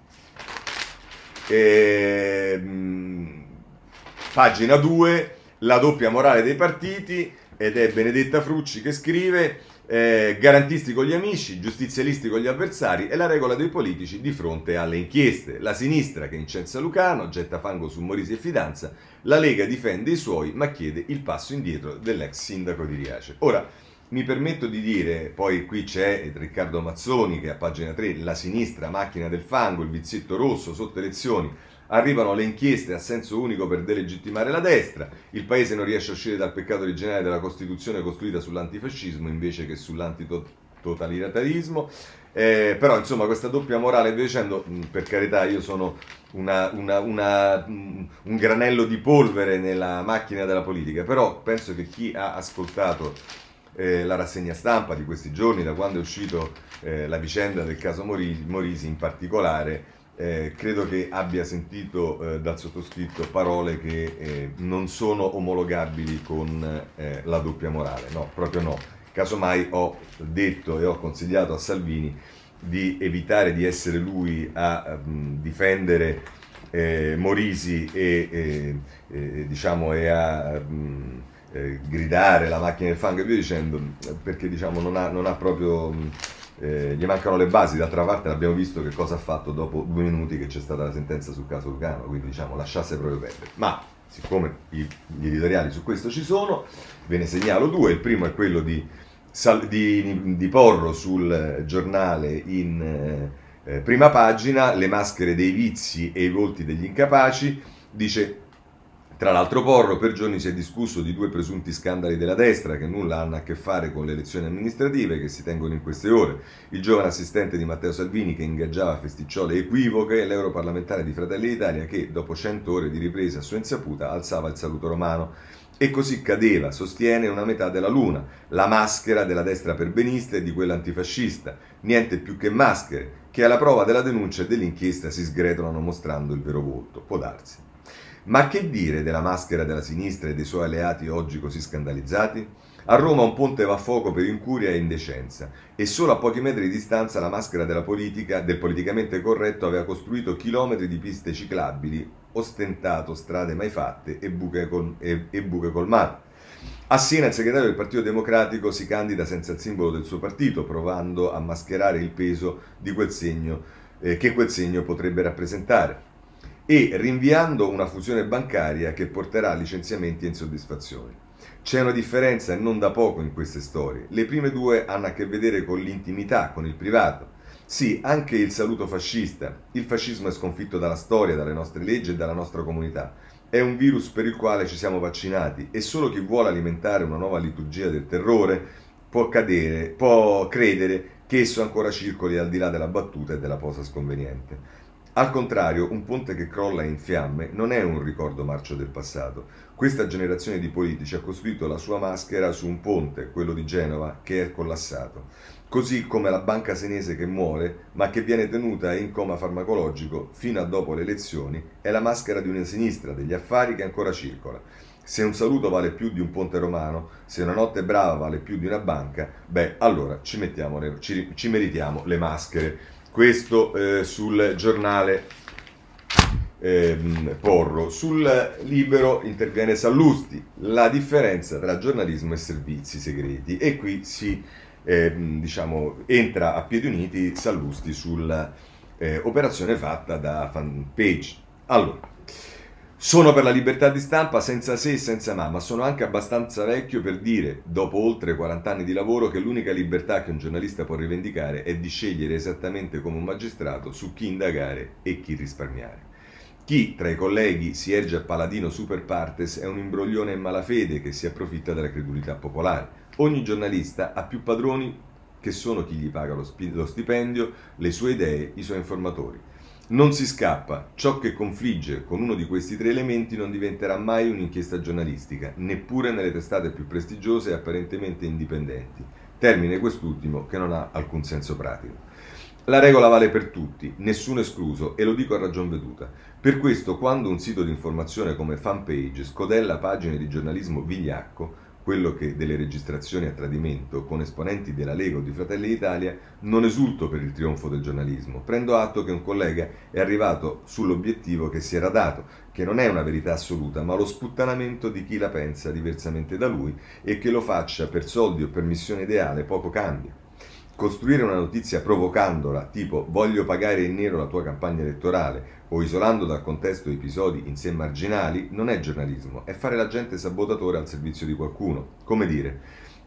eh, pagina due, la doppia morale dei partiti, ed è Benedetta Frucci che scrive: eh, garantisti con gli amici, giustizialisti con gli avversari, è la regola dei politici di fronte alle inchieste. La sinistra che incensa Lucano, getta fango su Morisi e Fidanza, la Lega difende i suoi ma chiede il passo indietro dell'ex sindaco di Riace. Ora, mi permetto di dire, poi qui c'è Riccardo Mazzoni che a pagina tre, la sinistra macchina del fango, il vizietto rosso sotto elezioni, arrivano le inchieste a senso unico per delegittimare la destra, il paese non riesce a uscire dal peccato originale della Costituzione costruita sull'antifascismo invece che sull'antitotalitarismo, eh, però insomma questa doppia morale e via dicendo, per carità io sono una, una, una, un granello di polvere nella macchina della politica, però penso che chi ha ascoltato eh, la rassegna stampa di questi giorni, da quando è uscito eh, la vicenda del caso Morisi, Morisi in particolare, Eh, credo che abbia sentito eh, dal sottoscritto parole che eh, non sono omologabili con eh, la doppia morale, no, proprio no. Casomai ho detto e ho consigliato a Salvini di evitare di essere lui a um, difendere eh, Morisi e, e, e, diciamo, e a um, eh, gridare la macchina del fango e via dicendo, perché diciamo, non, ha, non ha proprio... Um, Eh, gli mancano le basi, d'altra parte l'abbiamo visto che cosa ha fatto dopo due minuti che c'è stata la sentenza sul caso Lucano, quindi diciamo lasciasse proprio perdere. Ma siccome gli, gli editoriali su questo ci sono, ve ne segnalo due. Il primo è quello di, di, di Porro sul giornale in eh, prima pagina, le maschere dei vizi e i volti degli incapaci. Dice: tra l'altro Porro, per giorni si è discusso di due presunti scandali della destra che nulla hanno a che fare con le elezioni amministrative che si tengono in queste ore. Il giovane assistente di Matteo Salvini che ingaggiava festicciole equivoche e l'europarlamentare di Fratelli d'Italia che, dopo cento ore di ripresa a sua insaputa, alzava il saluto romano. E così cadeva, sostiene, una metà della luna, la maschera della destra perbenista e di quella antifascista, niente più che maschere, che alla prova della denuncia e dell'inchiesta si sgretolano mostrando il vero volto. Può darsi. Ma che dire della maschera della sinistra e dei suoi alleati oggi così scandalizzati? A Roma un ponte va a fuoco per incuria e indecenza e solo a pochi metri di distanza la maschera della politica, del politicamente corretto aveva costruito chilometri di piste ciclabili, ostentato strade mai fatte e buche, col, e, e buche colmate. A Siena il segretario del Partito Democratico si candida senza il simbolo del suo partito, provando a mascherare il peso di quel segno, eh, che quel segno potrebbe rappresentare, e rinviando una fusione bancaria che porterà a licenziamenti e insoddisfazioni. C'è una differenza e non da poco in queste storie. Le prime due hanno a che vedere con l'intimità, con il privato. Sì, anche il saluto fascista. Il fascismo è sconfitto dalla storia, dalle nostre leggi e dalla nostra comunità. È un virus per il quale ci siamo vaccinati e solo chi vuole alimentare una nuova liturgia del terrore può, cadere, può credere che esso ancora circoli al di là della battuta e della posa sconveniente. Al contrario, un ponte che crolla in fiamme non è un ricordo marcio del passato. Questa generazione di politici ha costruito la sua maschera su un ponte, quello di Genova, che è collassato. Così come la banca senese che muore, ma che viene tenuta in coma farmacologico fino a dopo le elezioni, è la maschera di una sinistra degli affari che ancora circola. Se un saluto vale più di un ponte romano, se una notte brava vale più di una banca, beh, allora ci, mettiamo le, ci, ci meritiamo le maschere. Questo eh, sul giornale eh, Porro. Sul Libero interviene Sallusti, la differenza tra giornalismo e servizi segreti, e qui si eh, diciamo, entra a piedi uniti Sallusti sulla eh, operazione fatta da Fanpage. Allora, sono per la libertà di stampa senza se e senza ma, ma sono anche abbastanza vecchio per dire, dopo oltre quaranta anni di lavoro, che l'unica libertà che un giornalista può rivendicare è di scegliere esattamente come un magistrato su chi indagare e chi risparmiare. Chi tra i colleghi si erge a paladino super partes è un imbroglione in malafede che si approfitta della credulità popolare. Ogni giornalista ha più padroni che sono chi gli paga lo, sp- lo stipendio, le sue idee, i suoi informatori. Non si scappa, ciò che confligge con uno di questi tre elementi non diventerà mai un'inchiesta giornalistica, neppure nelle testate più prestigiose e apparentemente indipendenti, termine quest'ultimo che non ha alcun senso pratico. La regola vale per tutti, nessuno escluso, e lo dico a ragion veduta. Per questo, quando un sito di informazione come Fanpage scodella pagine di giornalismo vigliacco, quello che delle registrazioni a tradimento con esponenti della Lega o di Fratelli d'Italia, non esulto per il trionfo del giornalismo. Prendo atto che un collega è arrivato sull'obiettivo che si era dato, che non è una verità assoluta, ma lo sputtanamento di chi la pensa diversamente da lui e che lo faccia per soldi o per missione ideale poco cambia. Costruire una notizia provocandola, tipo voglio pagare in nero la tua campagna elettorale, o isolando dal contesto episodi in sé marginali, non è giornalismo, è fare l'agente sabotatore al servizio di qualcuno. Come dire,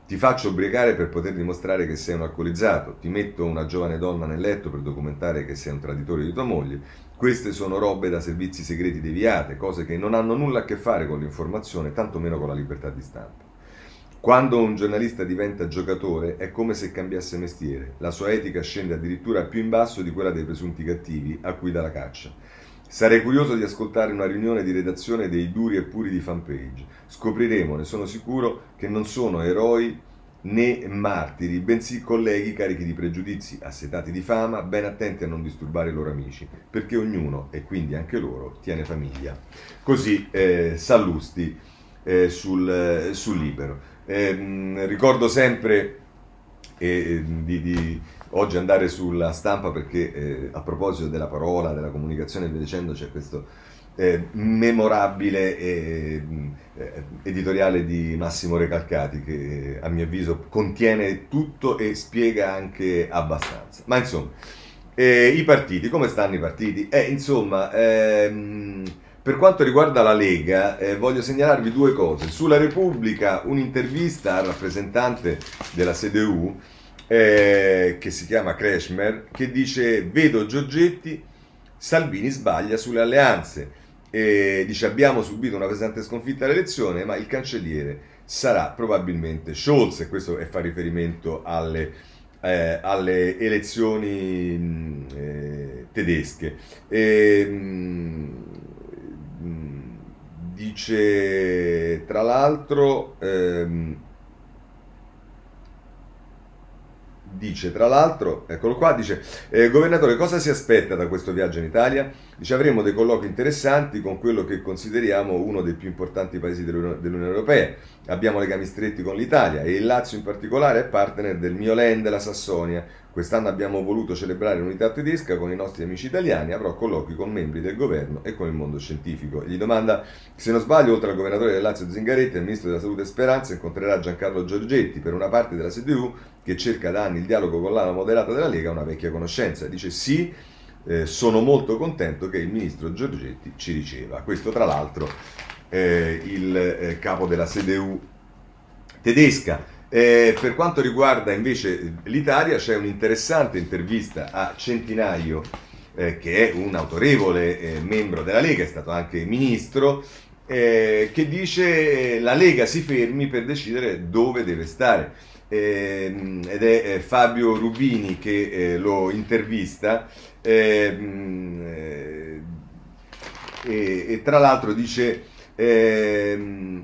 Ti faccio ubriacare per poter dimostrare che sei un alcolizzato, ti metto una giovane donna nel letto per documentare che sei un traditore di tua moglie. Queste sono robe da servizi segreti deviate, cose che non hanno nulla a che fare con l'informazione, tantomeno con la libertà di stampa. Quando un giornalista diventa giocatore è come se cambiasse mestiere, la sua etica scende addirittura più in basso di quella dei presunti cattivi a cui dà la caccia. Sarei curioso di ascoltare una riunione di redazione dei duri e puri di Fanpage. Scopriremo, ne sono sicuro, che non sono eroi né martiri, bensì colleghi carichi di pregiudizi, assetati di fama, ben attenti a non disturbare i loro amici, perché ognuno, e quindi anche loro, tiene famiglia. Così eh, Sallusti eh, sul, eh, sul Libero. Eh, ricordo sempre eh, di... di oggi andare sulla Stampa perché eh, a proposito della parola, della comunicazione e via dicendo c'è questo eh, memorabile eh, editoriale di Massimo Recalcati che a mio avviso contiene tutto e spiega anche abbastanza. Ma insomma, eh, i partiti, come stanno i partiti? Eh, insomma, ehm, per quanto riguarda la Lega, eh, voglio segnalarvi due cose. Sulla Repubblica un'intervista al rappresentante della C D U Eh, che si chiama Kretschmer, che dice: vedo Giorgetti, Salvini sbaglia sulle alleanze, e dice abbiamo subito una pesante sconfitta all'elezione ma il cancelliere sarà probabilmente Scholz, e questo è fa riferimento alle, eh, alle elezioni mh, eh, tedesche. E, mh, dice tra l'altro ehm, Dice tra l'altro, eccolo qua, dice eh, governatore, cosa si aspetta da questo viaggio in Italia? Dice avremo dei colloqui interessanti con quello che consideriamo uno dei più importanti paesi dell'Unione Europea. Abbiamo legami stretti con l'Italia e il Lazio in particolare è partner del mio land, la Sassonia. Quest'anno abbiamo voluto celebrare l'unità tedesca con i nostri amici italiani, avrò colloqui con membri del governo e con il mondo scientifico. Gli domanda, se non sbaglio, oltre al governatore del Lazio Zingaretti e al ministro della Salute Speranza, incontrerà Giancarlo Giorgetti, per una parte della C D U che cerca da anni il dialogo con l'ala moderata della Lega, una vecchia conoscenza. Dice sì, eh, sono molto contento che il ministro Giorgetti ci riceva. Questo tra l'altro eh, il eh, capo della C D U tedesca. Eh, per quanto riguarda invece l'Italia, c'è un'interessante intervista a Centinaio, eh, che è un autorevole eh, membro della Lega, è stato anche ministro, eh, che dice la Lega si fermi per decidere dove deve stare. Eh, ed è eh, Fabio Rubini che eh, lo intervista eh, eh, e, e tra l'altro dice... Eh,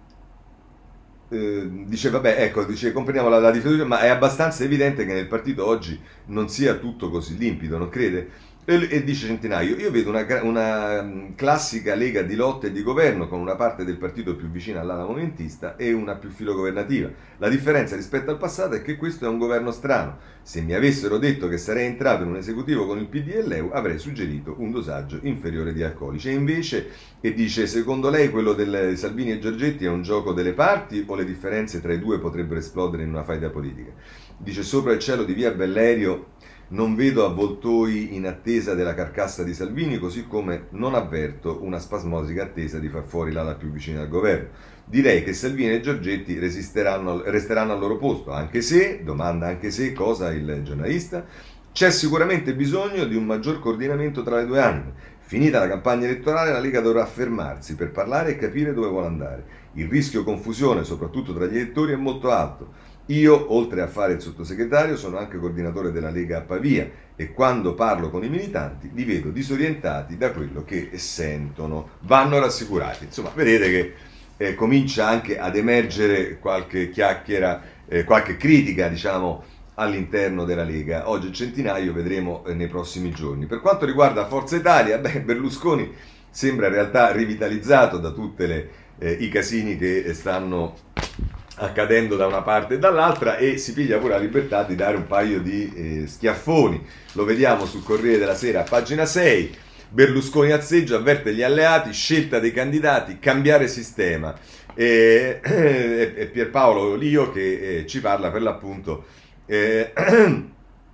Eh, dice vabbè, ecco, dice comprendiamo la, la differenza, ma è abbastanza evidente che nel partito oggi non sia tutto così limpido, non crede? E, e dice Centinaio, io vedo una, una classica lega di lotta e di governo con una parte del partito più vicina all'ala momentista e una più filogovernativa. La differenza rispetto al passato è che questo è un governo strano. Se mi avessero detto che sarei entrato in un esecutivo con il P D e l'E U avrei suggerito un dosaggio inferiore di alcolici. E invece, e dice, secondo lei quello del Salvini e Giorgetti è un gioco delle parti o le differenze tra i due potrebbero esplodere in una faida politica? Dice, sopra il cielo di via Bellerio non vedo avvoltoi in attesa della carcassa di Salvini, così come non avverto una spasmodica attesa di far fuori l'ala più vicina al governo. Direi che Salvini e Giorgetti resisteranno, resteranno al loro posto, anche se, domanda anche se, cosa il giornalista, c'è sicuramente bisogno di un maggior coordinamento tra le due anime. Finita la campagna elettorale, la Lega dovrà fermarsi per parlare e capire dove vuole andare. Il rischio confusione, soprattutto tra gli elettori, è molto alto. Io, oltre a fare il sottosegretario, sono anche coordinatore della Lega a Pavia e quando parlo con i militanti li vedo disorientati da quello che sentono. Vanno rassicurati. Insomma, vedete che eh, comincia anche ad emergere qualche chiacchiera, eh, qualche critica, diciamo, all'interno della Lega. Oggi il Centinaio, vedremo eh, nei prossimi giorni. Per quanto riguarda Forza Italia, beh, Berlusconi sembra in realtà rivitalizzato da tutti eh, i casini che stanno accadendo da una parte e dall'altra e si piglia pure la libertà di dare un paio di eh, schiaffoni. Lo vediamo sul Corriere della Sera a pagina sei. Berlusconi al seggio, avverte gli alleati, scelta dei candidati, cambiare sistema. E, e, e Pierpaolo Lio che eh, ci parla per l'appunto eh,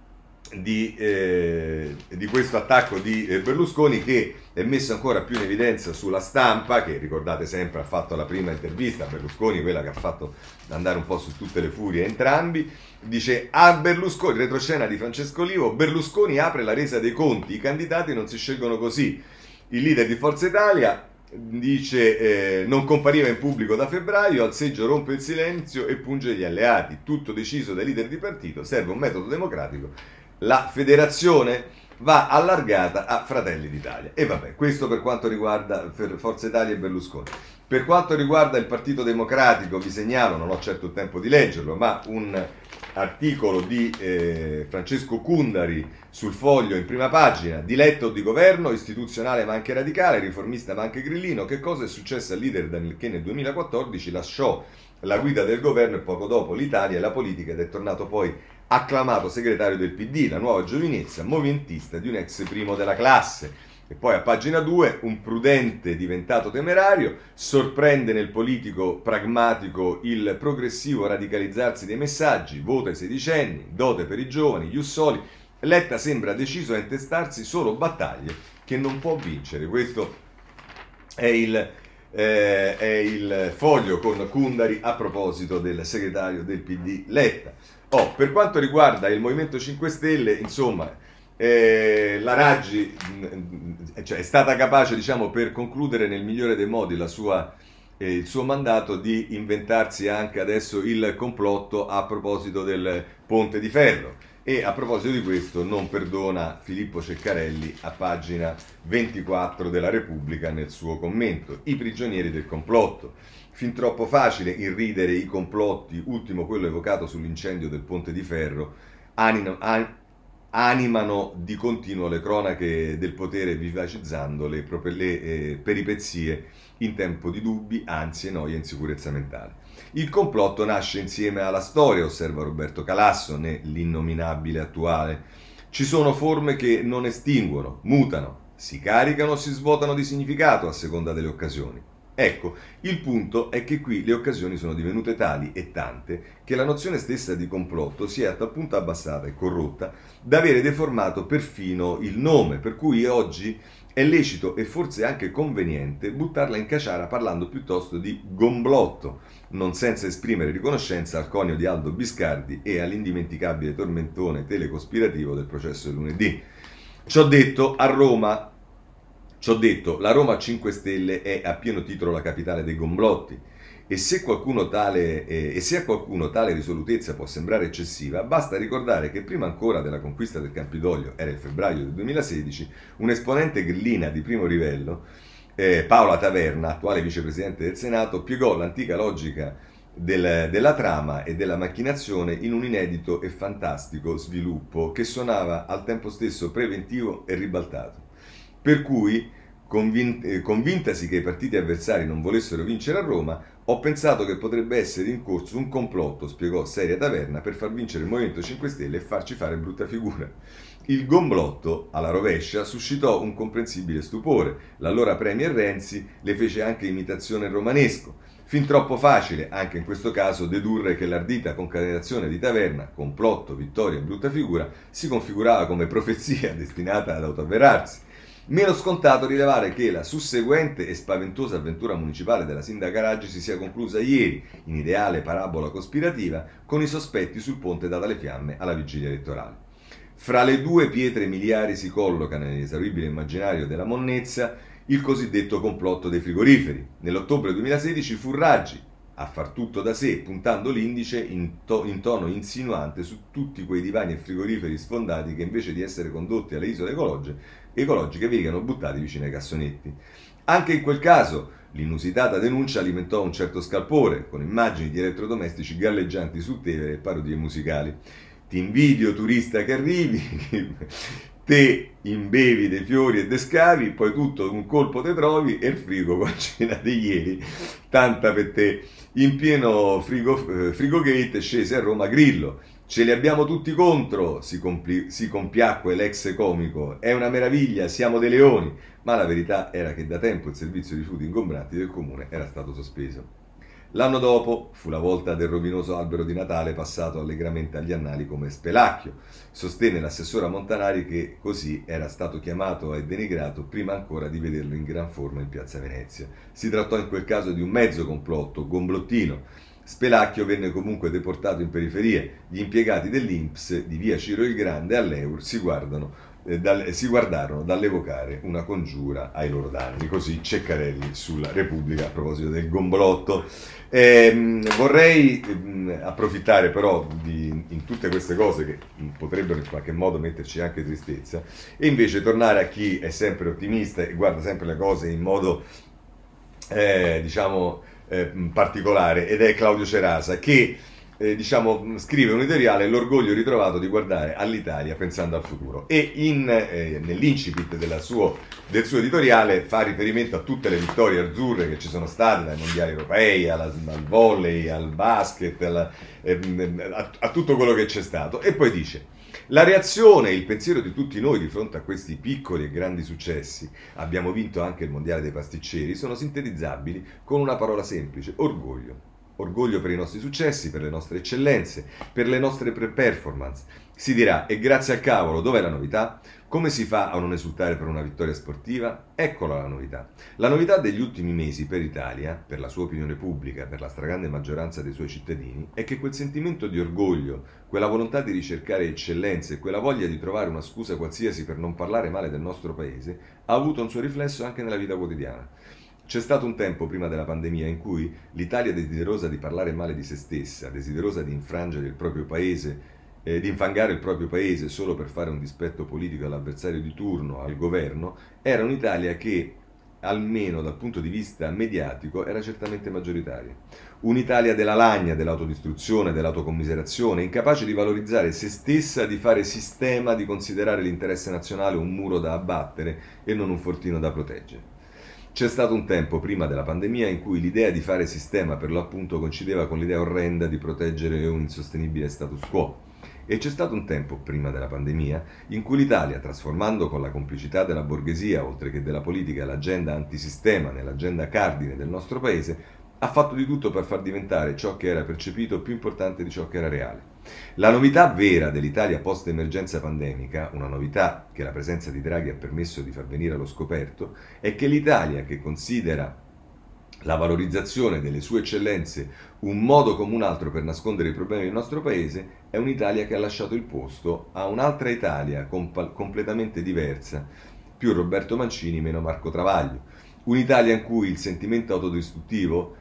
di, eh, di questo attacco di eh, Berlusconi, che è messo ancora più in evidenza sulla Stampa, che ricordate sempre ha fatto la prima intervista a Berlusconi, quella che ha fatto andare un po' su tutte le furie entrambi. Dice: a Berlusconi, retroscena di Francesco Olivo, Berlusconi apre la resa dei conti, i candidati non si scelgono così. Il leader di Forza Italia dice eh, non compariva in pubblico da febbraio, al seggio rompe il silenzio e punge gli alleati, tutto deciso dai leader di partito, serve un metodo democratico, la federazione va allargata a Fratelli d'Italia. E vabbè, questo per quanto riguarda Forza Italia e Berlusconi. Per quanto riguarda il Partito Democratico, vi segnalo, non ho certo il tempo di leggerlo, ma un articolo di eh, Francesco Cundari sul Foglio in prima pagina: diletto di governo, istituzionale ma anche radicale, riformista ma anche grillino, che cosa è successo al leader che nel duemilaquattordici lasciò la guida del governo e poco dopo l'Italia e la politica ed è tornato poi acclamato segretario del P D, la nuova giovinezza movimentista di un ex primo della classe. E poi a pagina due, un prudente diventato temerario, sorprende nel politico pragmatico il progressivo radicalizzarsi dei messaggi, vota ai sedicenni, dote per i giovani, gli ussoli, Letta sembra deciso a intestarsi solo battaglie che non può vincere. Questo è il, eh, è il Foglio con Cundari a proposito del segretario del P D Letta. Oh, per quanto riguarda il Movimento cinque Stelle, insomma, Eh, la Raggi mh, cioè, è stata capace, diciamo, per concludere nel migliore dei modi la sua, eh, il suo mandato, di inventarsi anche adesso il complotto a proposito del Ponte di Ferro, e a proposito di questo non perdona Filippo Ceccarelli a pagina ventiquattro della Repubblica nel suo commento: i prigionieri del complotto. Fin troppo facile irridere i complotti, ultimo quello evocato sull'incendio del Ponte di Ferro, anino, an, animano di continuo le cronache del potere, vivacizzando le, le eh, peripezie in tempo di dubbi, ansie, noia e insicurezza mentale. Il complotto nasce insieme alla storia, osserva Roberto Calasso nell'Innominabile attuale. Ci sono forme che non estinguono, mutano, si caricano o si svuotano di significato a seconda delle occasioni. Ecco, il punto è che qui le occasioni sono divenute tali e tante che la nozione stessa di complotto si è a tal punto abbassata e corrotta da avere deformato perfino il nome, per cui oggi è lecito e forse anche conveniente buttarla in caciara parlando piuttosto di gomblotto, non senza esprimere riconoscenza al conio di Aldo Biscardi e all'indimenticabile tormentone telecospirativo del processo del lunedì. Ciò detto, a Roma Ciò detto, la Roma cinque Stelle è a pieno titolo la capitale dei gomblotti, e se, qualcuno tale, eh, e se a qualcuno tale risolutezza può sembrare eccessiva, basta ricordare che prima ancora della conquista del Campidoglio, era il febbraio del duemilasedici, un esponente grillina di primo livello, eh, Paola Taverna, attuale vicepresidente del Senato, piegò l'antica logica del, della trama e della macchinazione in un inedito e fantastico sviluppo che suonava al tempo stesso preventivo e ribaltato. Per cui, convin- eh, convintasi che i partiti avversari non volessero vincere a Roma, ho pensato che potrebbe essere in corso un complotto, spiegò Seria Taverna, per far vincere il Movimento cinque Stelle e farci fare brutta figura. Il gomblotto, alla rovescia, suscitò un comprensibile stupore. L'allora premier Renzi le fece anche imitazione romanesco. Fin troppo facile, anche in questo caso, dedurre che l'ardita concatenazione di Taverna, complotto, vittoria e brutta figura, si configurava come profezia destinata ad autoavverarsi. Meno scontato rilevare che la susseguente e spaventosa avventura municipale della sindaca Raggi si sia conclusa ieri, in ideale parabola cospirativa, con i sospetti sul ponte dato alle fiamme alla vigilia elettorale. Fra le due pietre miliari si colloca nell'inesauribile immaginario della monnezza il cosiddetto complotto dei frigoriferi. Nell'ottobre duemilasedici fu Raggi a far tutto da sé, puntando l'indice in, to- in tono insinuante su tutti quei divani e frigoriferi sfondati che invece di essere condotti alle isole ecologiche, ecologiche venivano buttati vicino ai cassonetti. Anche in quel caso l'inusitata denuncia alimentò un certo scalpore, con immagini di elettrodomestici galleggianti su Tevere e parodie musicali. Ti invidio, turista che arrivi, te imbevi dei fiori e dei scavi, poi tutto un colpo te trovi e il frigo con cena di ieri, tanta per te. In pieno frigo, eh, frigogate scese a Roma Grillo. Ce li abbiamo tutti contro, si, compli- si compiacque l'ex comico. È una meraviglia, siamo dei leoni. Ma la verità era che da tempo il servizio di rifiuti ingombranti del comune era stato sospeso. L'anno dopo fu la volta del rovinoso albero di Natale passato allegramente agli annali come Spelacchio. Sostenne l'assessora Montanari che così era stato chiamato e denigrato prima ancora di vederlo in gran forma in piazza Venezia. Si trattò in quel caso di un mezzo complotto, gomblottino. Spelacchio venne comunque deportato in periferia. Gli impiegati dell'I N P S di via Ciro il Grande all'Eur si guardano Eh, dal, si guardarono dall'evocare una congiura ai loro danni. Così Ceccarelli sulla Repubblica a proposito del gombolotto. Ehm, vorrei ehm, approfittare però di in tutte queste cose che potrebbero in qualche modo metterci anche tristezza e invece tornare a chi è sempre ottimista e guarda sempre le cose in modo eh, diciamo eh, particolare, ed è Claudio Cerasa che Eh, diciamo, scrive un editoriale l'orgoglio ritrovato di guardare all'Italia pensando al futuro e in, eh, nell'incipit della suo, del suo editoriale fa riferimento a tutte le vittorie azzurre che ci sono state dai mondiali europei alla, al volley, al basket, alla, eh, a, a tutto quello che c'è stato e poi dice: la reazione e il pensiero di tutti noi di fronte a questi piccoli e grandi successi, abbiamo vinto anche il mondiale dei pasticceri, sono sintetizzabili con una parola semplice: orgoglio. Orgoglio per i nostri successi, per le nostre eccellenze, per le nostre performance. Si dirà, e grazie al cavolo, dov'è la novità? Come si fa a non esultare per una vittoria sportiva? Eccola la novità. La novità degli ultimi mesi per l'Italia, per la sua opinione pubblica, per la stragrande maggioranza dei suoi cittadini, è che quel sentimento di orgoglio, quella volontà di ricercare eccellenze, quella voglia di trovare una scusa qualsiasi per non parlare male del nostro paese, ha avuto un suo riflesso anche nella vita quotidiana. C'è stato un tempo prima della pandemia in cui l'Italia, desiderosa di parlare male di se stessa, desiderosa di infrangere il proprio paese, eh, di infangare il proprio paese solo per fare un dispetto politico all'avversario di turno, al governo, era un'Italia che, almeno dal punto di vista mediatico, era certamente maggioritaria. Un'Italia della lagna, dell'autodistruzione, dell'autocommiserazione, incapace di valorizzare se stessa, di fare sistema, di considerare l'interesse nazionale un muro da abbattere e non un fortino da proteggere. C'è stato un tempo prima della pandemia in cui l'idea di fare sistema per l'appunto coincideva con l'idea orrenda di proteggere un insostenibile status quo. E c'è stato un tempo prima della pandemia in cui l'Italia, trasformando con la complicità della borghesia, oltre che della politica, l'agenda antisistema nell'agenda cardine del nostro paese, ha fatto di tutto per far diventare ciò che era percepito più importante di ciò che era reale. La novità vera dell'Italia post-emergenza pandemica, una novità che la presenza di Draghi ha permesso di far venire allo scoperto, è che l'Italia, che considera la valorizzazione delle sue eccellenze un modo come un altro per nascondere i problemi del nostro paese, è un'Italia che ha lasciato il posto a un'altra Italia comp- completamente diversa, più Roberto Mancini, meno Marco Travaglio. Un'Italia in cui il sentimento autodistruttivo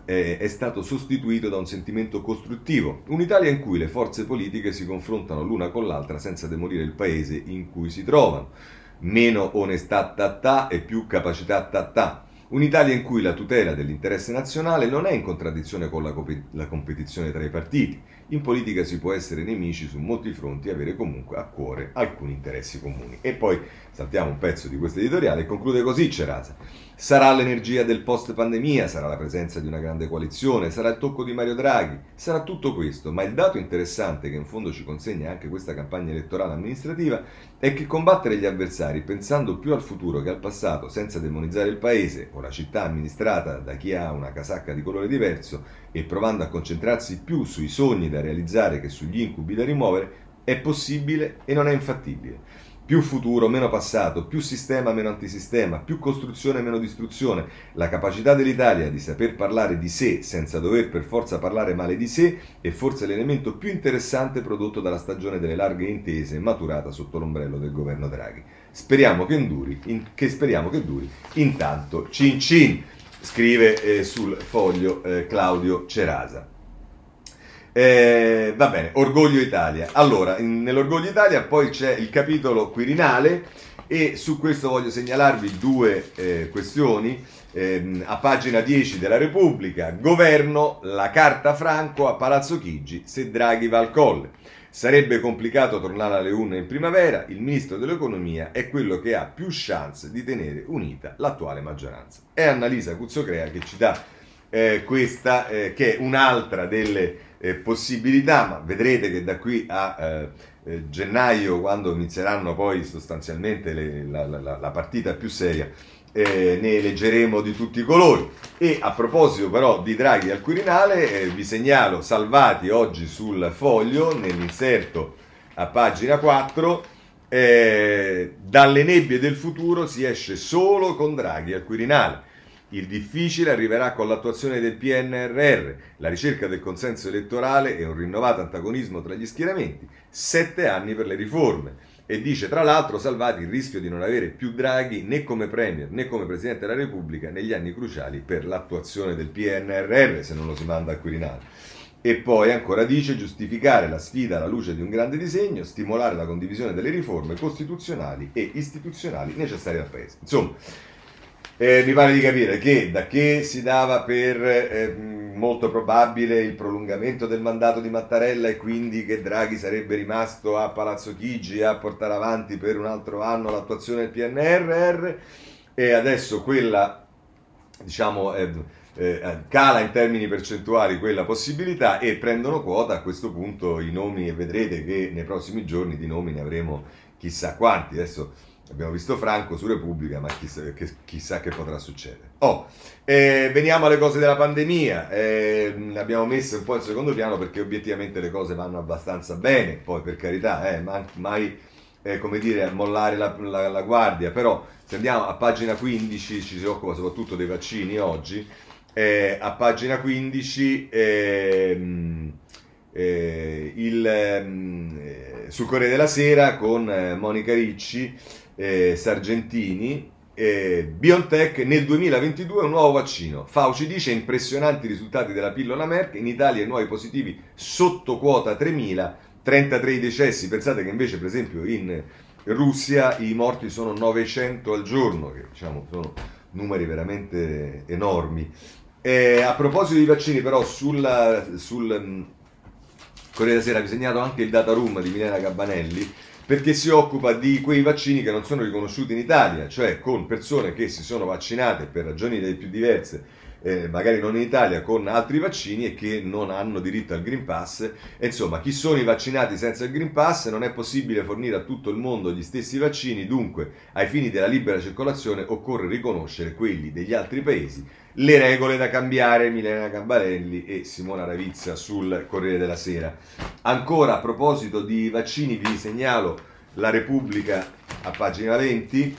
è stato sostituito da un sentimento costruttivo, un'Italia in cui le forze politiche si confrontano l'una con l'altra senza demolire il paese in cui si trovano, meno onestà ta-ta e più capacità ta-ta, un'Italia in cui la tutela dell'interesse nazionale non è in contraddizione con la, comp- la competizione tra i partiti. In politica si può essere nemici su molti fronti e avere comunque a cuore alcuni interessi comuni. E poi saltiamo un pezzo di questo editoriale e conclude così Cerasa. Sarà l'energia del post-pandemia, sarà la presenza di una grande coalizione, sarà il tocco di Mario Draghi, sarà tutto questo, ma il dato interessante che in fondo ci consegna anche questa campagna elettorale amministrativa è che combattere gli avversari pensando più al futuro che al passato, senza demonizzare il paese o la città amministrata da chi ha una casacca di colore diverso e provando a concentrarsi più sui sogni da realizzare che sugli incubi da rimuovere, è possibile e non è infattibile. Più futuro, meno passato, più sistema, meno antisistema, più costruzione, meno distruzione. La capacità dell'Italia di saper parlare di sé senza dover per forza parlare male di sé è forse l'elemento più interessante prodotto dalla stagione delle larghe intese maturata sotto l'ombrello del governo Draghi. Speriamo che duri, in, che speriamo che duri. Intanto, cin cin, scrive eh, sul foglio eh, Claudio Cerasa. Eh, va bene, Orgoglio Italia. Allora, in, nell'Orgoglio Italia poi c'è il capitolo Quirinale e su questo voglio segnalarvi due eh, questioni. Eh, a pagina dieci della Repubblica, governo, la carta Franco a Palazzo Chigi se Draghi va al colle. Sarebbe complicato tornare alle urne in primavera, il ministro dell'economia è quello che ha più chance di tenere unita l'attuale maggioranza. È Annalisa Cuzzocrea che ci dà eh, questa, eh, che è un'altra delle Eh, possibilità, ma vedrete che da qui a eh, eh, gennaio, quando inizieranno poi sostanzialmente le, la, la, la partita più seria, eh, ne leggeremo di tutti i colori. E a proposito però di Draghi al Quirinale, eh, vi segnalo Salvati oggi sul Foglio, nell'inserto a pagina quattro, eh, dalle nebbie del futuro si esce solo con Draghi al Quirinale. Il difficile arriverà con l'attuazione del P N R R, la ricerca del consenso elettorale e un rinnovato antagonismo tra gli schieramenti, sette anni per le riforme. E dice tra l'altro Salvati il rischio di non avere più Draghi né come Premier né come Presidente della Repubblica negli anni cruciali per l'attuazione del P N R R se non lo si manda al Quirinale. E poi ancora dice giustificare la sfida alla luce di un grande disegno, stimolare la condivisione delle riforme costituzionali e istituzionali necessarie al Paese. Insomma, Eh, mi pare di capire che da che si dava per eh, molto probabile il prolungamento del mandato di Mattarella e quindi che Draghi sarebbe rimasto a Palazzo Chigi a portare avanti per un altro anno l'attuazione del P N R R, e adesso quella, diciamo, eh, eh, cala in termini percentuali quella possibilità e prendono quota a questo punto i nomi, e vedrete che nei prossimi giorni di nomi ne avremo chissà quanti. Adesso abbiamo visto Franco su Repubblica, ma chissà che, chissà che potrà succedere. Oh, eh, veniamo alle cose della pandemia. Eh, le abbiamo messe un po' in secondo piano perché obiettivamente le cose vanno abbastanza bene. Poi, per carità, eh, ma mai eh, come dire, mollare la, la, la guardia. Però, se andiamo a pagina quindici, ci si occupa soprattutto dei vaccini oggi. Eh, a pagina quindici, ehm, eh, il, ehm, sul Corriere della Sera con eh, Monica Ricci. Eh, Sargentini, eh, BioNTech nel duemilaventidue un nuovo vaccino. Fauci dice impressionanti risultati della pillola Merck, in Italia i nuovi positivi sotto quota tremila, trentatré i decessi. Pensate che invece per esempio in Russia i morti sono novecento al giorno, che diciamo sono numeri veramente enormi. Eh, a proposito di vaccini però sulla, sul um, Corriere della Sera vi segnalo anche il data room di Milena Gabanelli, perché si occupa di quei vaccini che non sono riconosciuti in Italia, cioè con persone che si sono vaccinate per ragioni delle più diverse, eh, magari non in Italia, con altri vaccini e che non hanno diritto al Green Pass. E insomma, chi sono i vaccinati senza il Green Pass? Non è possibile fornire a tutto il mondo gli stessi vaccini, dunque ai fini della libera circolazione occorre riconoscere quelli degli altri paesi. Le regole da cambiare, Milena Gambarelli e Simona Ravizza sul Corriere della Sera. Ancora a proposito di vaccini vi segnalo La Repubblica a pagina venti.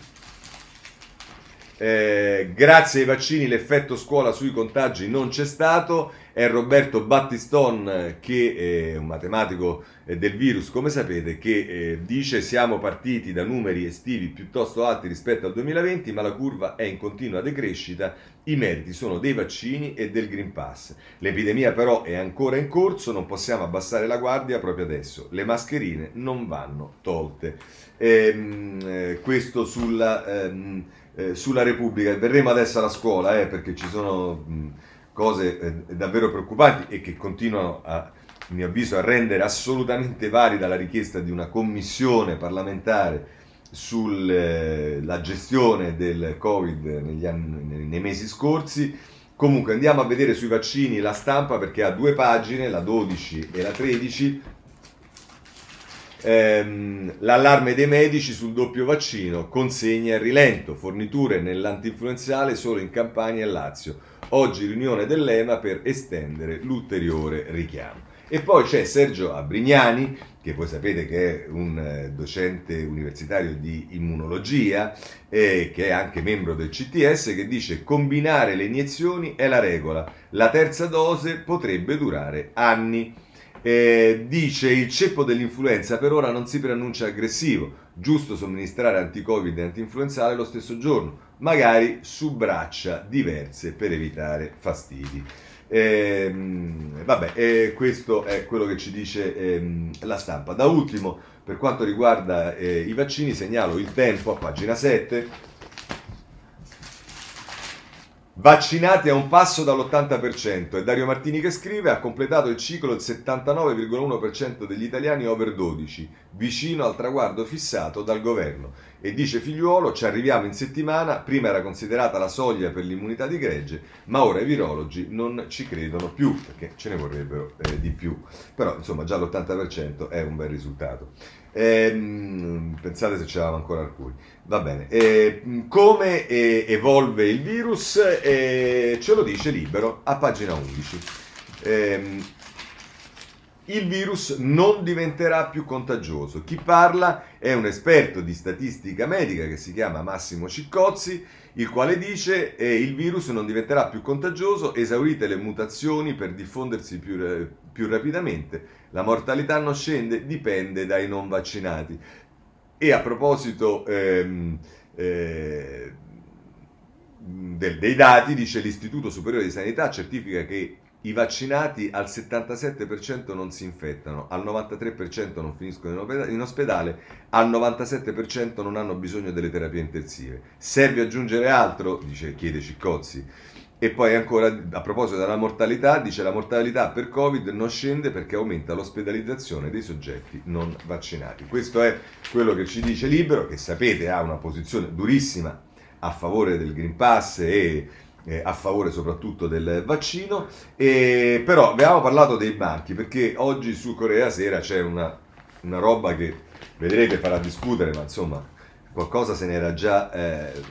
Eh, grazie ai vaccini l'effetto scuola sui contagi non c'è stato. È Roberto Battiston, che è un matematico del virus, come sapete, che eh, dice siamo partiti da numeri estivi piuttosto alti rispetto al duemilaventi, ma la curva è in continua decrescita. I meriti sono dei vaccini e del Green Pass. L'epidemia però è ancora in corso, non possiamo abbassare la guardia proprio adesso. Le mascherine non vanno tolte. Ehm, eh, questo sulla, ehm, eh, sulla Repubblica. Verremo adesso alla scuola, eh, perché ci sono mh, cose eh, davvero preoccupanti e che continuano, a mio avviso, a rendere assolutamente valida la richiesta di una commissione parlamentare sulla gestione del Covid negli anni, nei mesi scorsi. Comunque andiamo a vedere sui vaccini La Stampa, perché ha due pagine, la dodici e la tredici. Ehm, l'allarme dei medici sul doppio vaccino, consegne a rilento, forniture nell'antinfluenzale solo in Campania e Lazio. Oggi riunione dell'E M A per estendere l'ulteriore richiamo. E poi c'è Sergio Abrignani, che voi sapete che è un eh, docente universitario di immunologia e che è anche membro del C T S, che dice combinare le iniezioni è la regola, la terza dose potrebbe durare anni. Eh, dice il ceppo dell'influenza per ora non si preannuncia aggressivo, giusto somministrare anti-covid e anti-influenzale lo stesso giorno, magari su braccia diverse per evitare fastidi. Eh, vabbè, eh, questo è quello che ci dice eh, La Stampa. Da ultimo, per quanto riguarda eh, i vaccini, segnalo Il Tempo a pagina sette. Vaccinati a un passo dall'ottanta per cento, è Dario Martini che scrive, ha completato il ciclo il settantanove virgola uno per cento degli italiani over dodici, vicino al traguardo fissato dal governo. E dice Figliuolo, ci arriviamo in settimana, prima era considerata la soglia per l'immunità di gregge, ma ora i virologi non ci credono più, perché ce ne vorrebbero eh, di più. Però insomma già l'ottanta per cento è un bel risultato. Eh, pensate se c'eravamo ancora alcuni. Va bene. Eh, come eh, evolve il virus? Eh, ce lo dice Libero a pagina undici. Eh, il virus non diventerà più contagioso. Chi parla è un esperto di statistica medica che si chiama Massimo Ciccozzi, il quale dice che eh, il virus non diventerà più contagioso, esaurite le mutazioni per diffondersi più, più rapidamente. La mortalità non scende, dipende dai non vaccinati. E a proposito ehm, eh, del, dei dati, dice l'Istituto Superiore di Sanità certifica che i vaccinati al settantasette per cento non si infettano, al novantatré per cento non finiscono in ospedale, al novantasette per cento non hanno bisogno delle terapie intensive. Serve aggiungere altro? Dice, chiede Ciccozzi. E poi ancora, a proposito della mortalità, dice la mortalità per Covid non scende perché aumenta l'ospedalizzazione dei soggetti non vaccinati. Questo è quello che ci dice Libero, che sapete ha una posizione durissima a favore del Green Pass e eh, a favore soprattutto del vaccino, e, però abbiamo parlato dei banchi perché oggi su Corriere della Sera c'è una, una roba che vedrete farà discutere, ma insomma qualcosa se n'era già... Eh,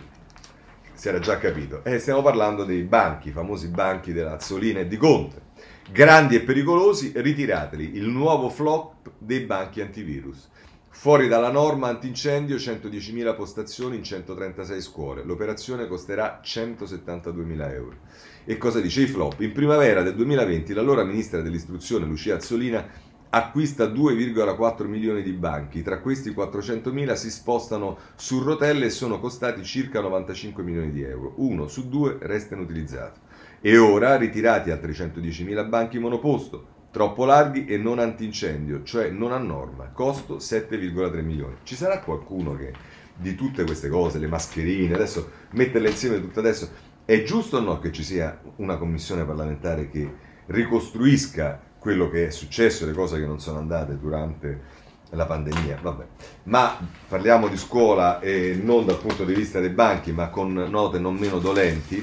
si era già capito. Eh, stiamo parlando dei banchi, i famosi banchi della Azzolina e di Conte. Grandi e pericolosi, ritirateli. Il nuovo flop dei banchi antivirus. Fuori dalla norma antincendio, centodiecimila postazioni in centotrentasei scuole. L'operazione costerà centosettantaduemila euro. E cosa dice i flop? In primavera del duemilaventi l'allora ministra dell'istruzione Lucia Azzolina acquista due virgola quattro milioni di banchi, tra questi quattrocentomila si spostano su rotelle e sono costati circa novantacinque milioni di euro, uno su due resta inutilizzato. E ora ritirati altri centodiecimila banchi monoposto, troppo larghi e non antincendio, cioè non a norma, costo sette virgola tre milioni. Ci sarà qualcuno che di tutte queste cose, le mascherine, adesso metterle insieme tutte adesso, è giusto o no che ci sia una commissione parlamentare che ricostruisca quello che è successo, le cose che non sono andate durante la pandemia? Vabbè. Ma parliamo di scuola e non dal punto di vista dei banchi, ma con note non meno dolenti,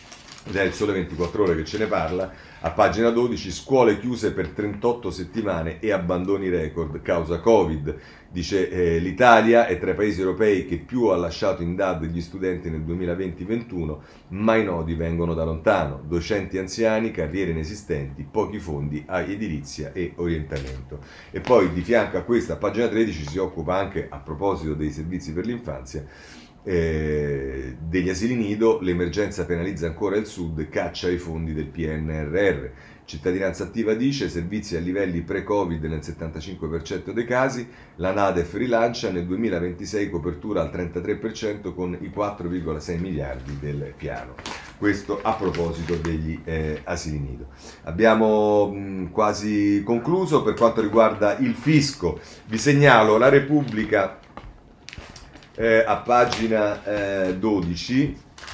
ed è il Sole ventiquattro Ore che ce ne parla, a pagina dodici, scuole chiuse per trentotto settimane e abbandoni record causa Covid. Dice eh, l'Italia è tra i paesi europei che più ha lasciato in D A D gli studenti nel duemilaventi ventuno, ma i nodi vengono da lontano. Docenti anziani, carriere inesistenti, pochi fondi a edilizia e orientamento. E poi di fianco a questa, a pagina tredici, si occupa anche, a proposito dei servizi per l'infanzia, Eh, degli asili nido. L'emergenza penalizza ancora il Sud, caccia i fondi del P N R R. Cittadinanza Attiva dice servizi a livelli pre-Covid nel settantacinque per cento dei casi, la Nadef rilancia nel duemilaventisei copertura al trentatré per cento con i quattro virgola sei miliardi del piano. Questo a proposito degli eh, asili nido. Abbiamo mh, quasi concluso. Per quanto riguarda il fisco, vi segnalo la Repubblica Eh, a pagina eh, dodici,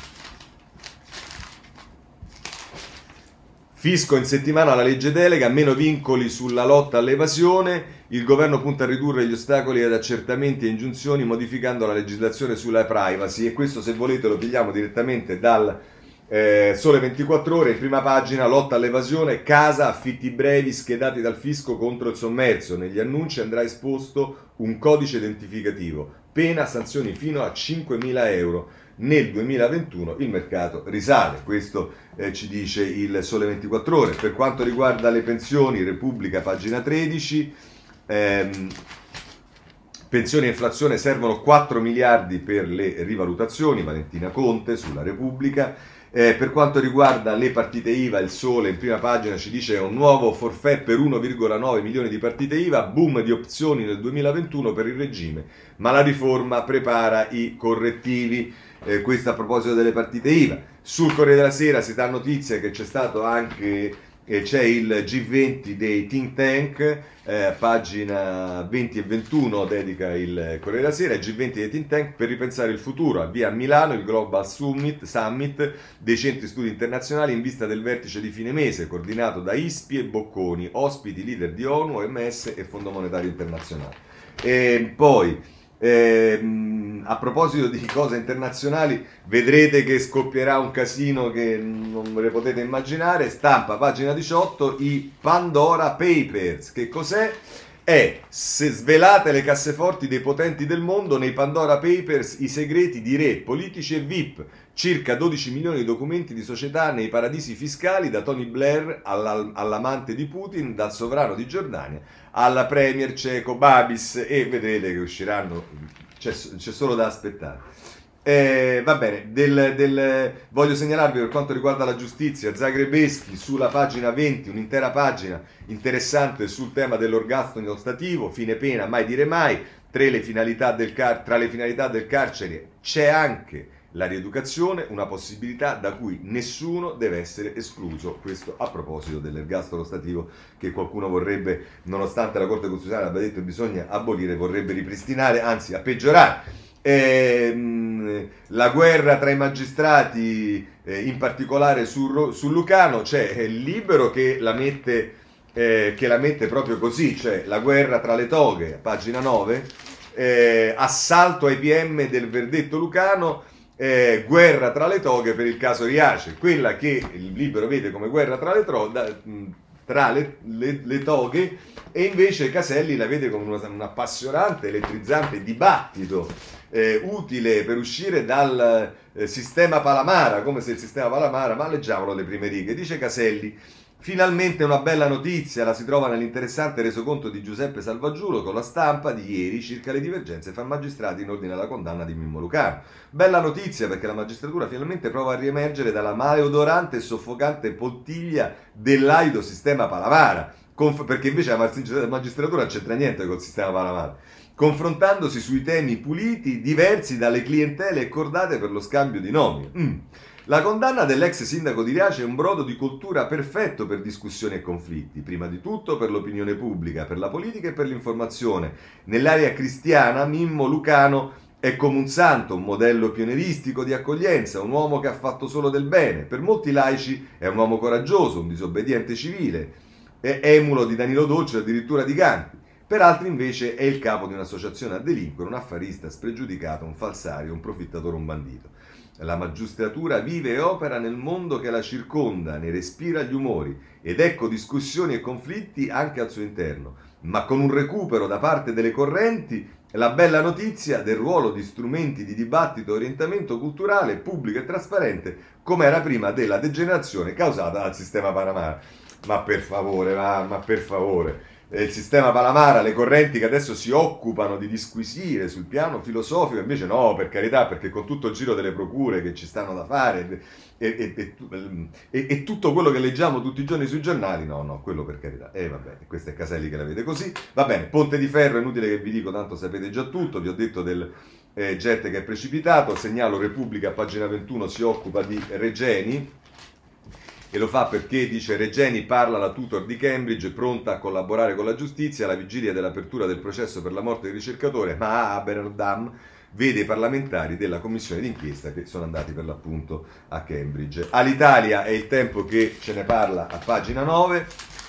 fisco in settimana la legge delega, meno vincoli sulla lotta all'evasione, il governo punta a ridurre gli ostacoli ad accertamenti e ingiunzioni modificando la legislazione sulla privacy, e questo, se volete, lo pigliamo direttamente dal eh, Sole ventiquattro Ore, in prima pagina, lotta all'evasione, casa, affitti brevi schedati dal fisco contro il sommerso, negli annunci andrà esposto un codice identificativo, pena, sanzioni fino a cinquemila euro. Nel duemilaventuno il mercato risale, questo eh, ci dice il Sole ventiquattro Ore. Per quanto riguarda le pensioni, Repubblica, pagina tredici, ehm, pensioni e inflazione, servono quattro miliardi per le rivalutazioni, Valentina Conte sulla Repubblica. Eh, per quanto riguarda le partite I V A, il Sole in prima pagina ci dice un nuovo forfait per uno virgola nove milioni di partite I V A, boom di opzioni nel duemilaventuno per il regime, ma la riforma prepara i correttivi. Eh, questo a proposito delle partite I V A. Sul Corriere della Sera si dà notizia che c'è stato anche eh, c'è il G venti dei think tank, eh, pagina venti e ventuno dedica il Corriere della Sera, il G venti dei think tank per ripensare il futuro. Avvia a Milano il Global Summit, Summit dei centri studi internazionali in vista del vertice di fine mese, coordinato da Ispi e Bocconi, ospiti leader di ONU, O M S e Fondo Monetario Internazionale. E poi Eh, a proposito di cose internazionali, vedrete che scoppierà un casino che non ve le potete immaginare. Stampa, pagina diciotto, i Pandora Papers. Che cos'è? è: se svelate le casseforti dei potenti del mondo, nei Pandora Papers i segreti di re, politici e V I P, circa dodici milioni di documenti di società nei paradisi fiscali, da Tony Blair alla, all'amante di Putin, dal sovrano di Giordania alla premier ceco Babis, e vedrete che usciranno, c'è, c'è solo da aspettare. Eh, va bene, del, del, voglio segnalarvi per quanto riguarda la giustizia, Zagrebeschi sulla pagina venti, un'intera pagina interessante sul tema dell'orgasmo ostativo, fine pena, mai dire mai. Tre le finalità del car- tra le finalità del carcere c'è anche la rieducazione, una possibilità da cui nessuno deve essere escluso. Questo a proposito dell'ergastolo ostativo che qualcuno vorrebbe, nonostante la Corte Costituzionale abbia detto che bisogna abolire, vorrebbe ripristinare, anzi a peggiorare. Eh, la guerra tra i magistrati, eh, in particolare su, su Lucano, c'è il Libero che la mette eh, che la mette proprio così, cioè la guerra tra le toghe, pagina nove, eh, assalto ai P M del verdetto Lucano, eh, guerra tra le toghe per il caso Riace, quella che il Libero vede come guerra tra le, tro- da, tra le, le, le toghe, e invece Caselli la vede come un, un appassionante, elettrizzante dibattito Eh, utile per uscire dal eh, sistema Palamara, come se il sistema Palamara, ma leggiamolo le prime righe, dice Caselli: finalmente una bella notizia, la si trova nell'interessante resoconto di Giuseppe Salvaggiulo con la Stampa di ieri circa le divergenze fra magistrati in ordine alla condanna di Mimmo Lucano. Bella notizia perché la magistratura finalmente prova a riemergere dalla maleodorante e soffocante poltiglia dell'aido sistema Palamara, conf- perché invece la magistratura non c'entra niente col sistema Palamara, confrontandosi sui temi puliti, diversi dalle clientele accordate per lo scambio di nomi. Mm. La condanna dell'ex sindaco di Riace è un brodo di coltura perfetto per discussioni e conflitti, prima di tutto per l'opinione pubblica, per la politica e per l'informazione. Nell'area cristiana Mimmo Lucano è come un santo, un modello pionieristico di accoglienza, un uomo che ha fatto solo del bene. Per molti laici è un uomo coraggioso, un disobbediente civile, è emulo di Danilo Dolci o addirittura di Gandhi. Per altri invece è il capo di un'associazione a delinquere, un affarista spregiudicato, un falsario, un profittatore, un bandito. La magistratura vive e opera nel mondo che la circonda, ne respira gli umori ed ecco discussioni e conflitti anche al suo interno, ma con un recupero da parte delle correnti, la bella notizia del ruolo di strumenti di dibattito e orientamento culturale pubblico e trasparente, come era prima della degenerazione causata dal sistema Palamara. Ma per favore, ma, ma per favore... il sistema Palamara, le correnti che adesso si occupano di disquisire sul piano filosofico, invece no, per carità, perché con tutto il giro delle procure che ci stanno da fare e, e, e, e, e tutto quello che leggiamo tutti i giorni sui giornali, no, no, quello per carità. E eh, vabbè, questo è Caselli che la vede così. Va bene, Ponte di Ferro, è inutile che vi dico, tanto sapete già tutto, vi ho detto del eh, jet che è precipitato, segnalo Repubblica, pagina ventuno, si occupa di Regeni, e lo fa perché, dice, Regeni parla la tutor di Cambridge, pronta a collaborare con la giustizia alla vigilia dell'apertura del processo per la morte del ricercatore, ma Aberdam vede i parlamentari della commissione d'inchiesta che sono andati per l'appunto a Cambridge. All'Italia è il tempo che ce ne parla a pagina nove.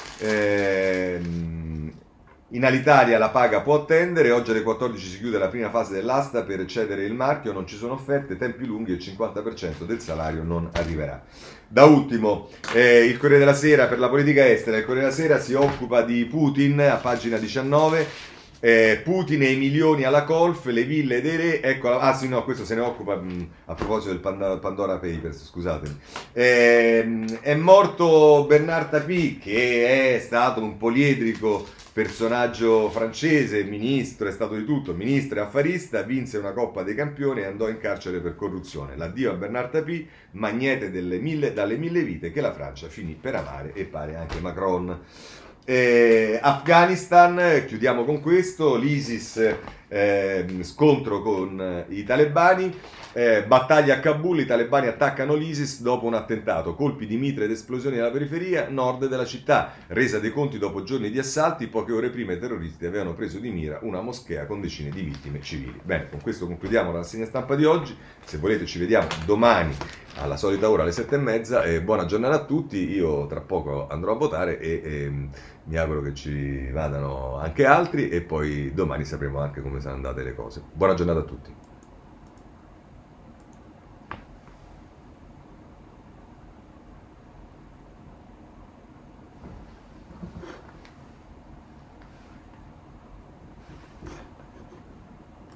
Ehm... In Alitalia la paga può attendere, oggi alle quattordici si chiude la prima fase dell'asta per cedere il marchio, non ci sono offerte, tempi lunghi e il cinquanta per cento del salario non arriverà. Da ultimo, eh, il Corriere della Sera per la politica estera, il Corriere della Sera si occupa di Putin a pagina diciannove, eh, Putin e i milioni alla Colf, le ville dei re, ecco, ah sì no, questo se ne occupa mh, a proposito del Pand- Pandora Papers, scusatemi. Eh, è morto Bernard Tapie, che è stato un poliedrico personaggio francese, ministro, è stato di tutto, ministro e affarista, vinse una Coppa dei Campioni e andò in carcere per corruzione. L'addio a Bernard Tapie, magnete delle mille, dalle mille vite che la Francia finì per amare, e pare anche Macron. Eh, Afghanistan, chiudiamo con questo, l'ISIS, eh, scontro con i talebani, eh, battaglia a Kabul, i talebani attaccano l'ISIS dopo un attentato, colpi di mitra ed esplosioni nella periferia nord della città, resa dei conti dopo giorni di assalti, poche ore prima i terroristi avevano preso di mira una moschea con decine di vittime civili. Bene, con questo concludiamo la rassegna stampa di oggi, se volete ci vediamo domani alla solita ora alle sette e mezza, e buona giornata a tutti. Io tra poco andrò a votare e, e mi auguro che ci vadano anche altri, e poi domani sapremo anche come sono andate le cose. Buona giornata a tutti.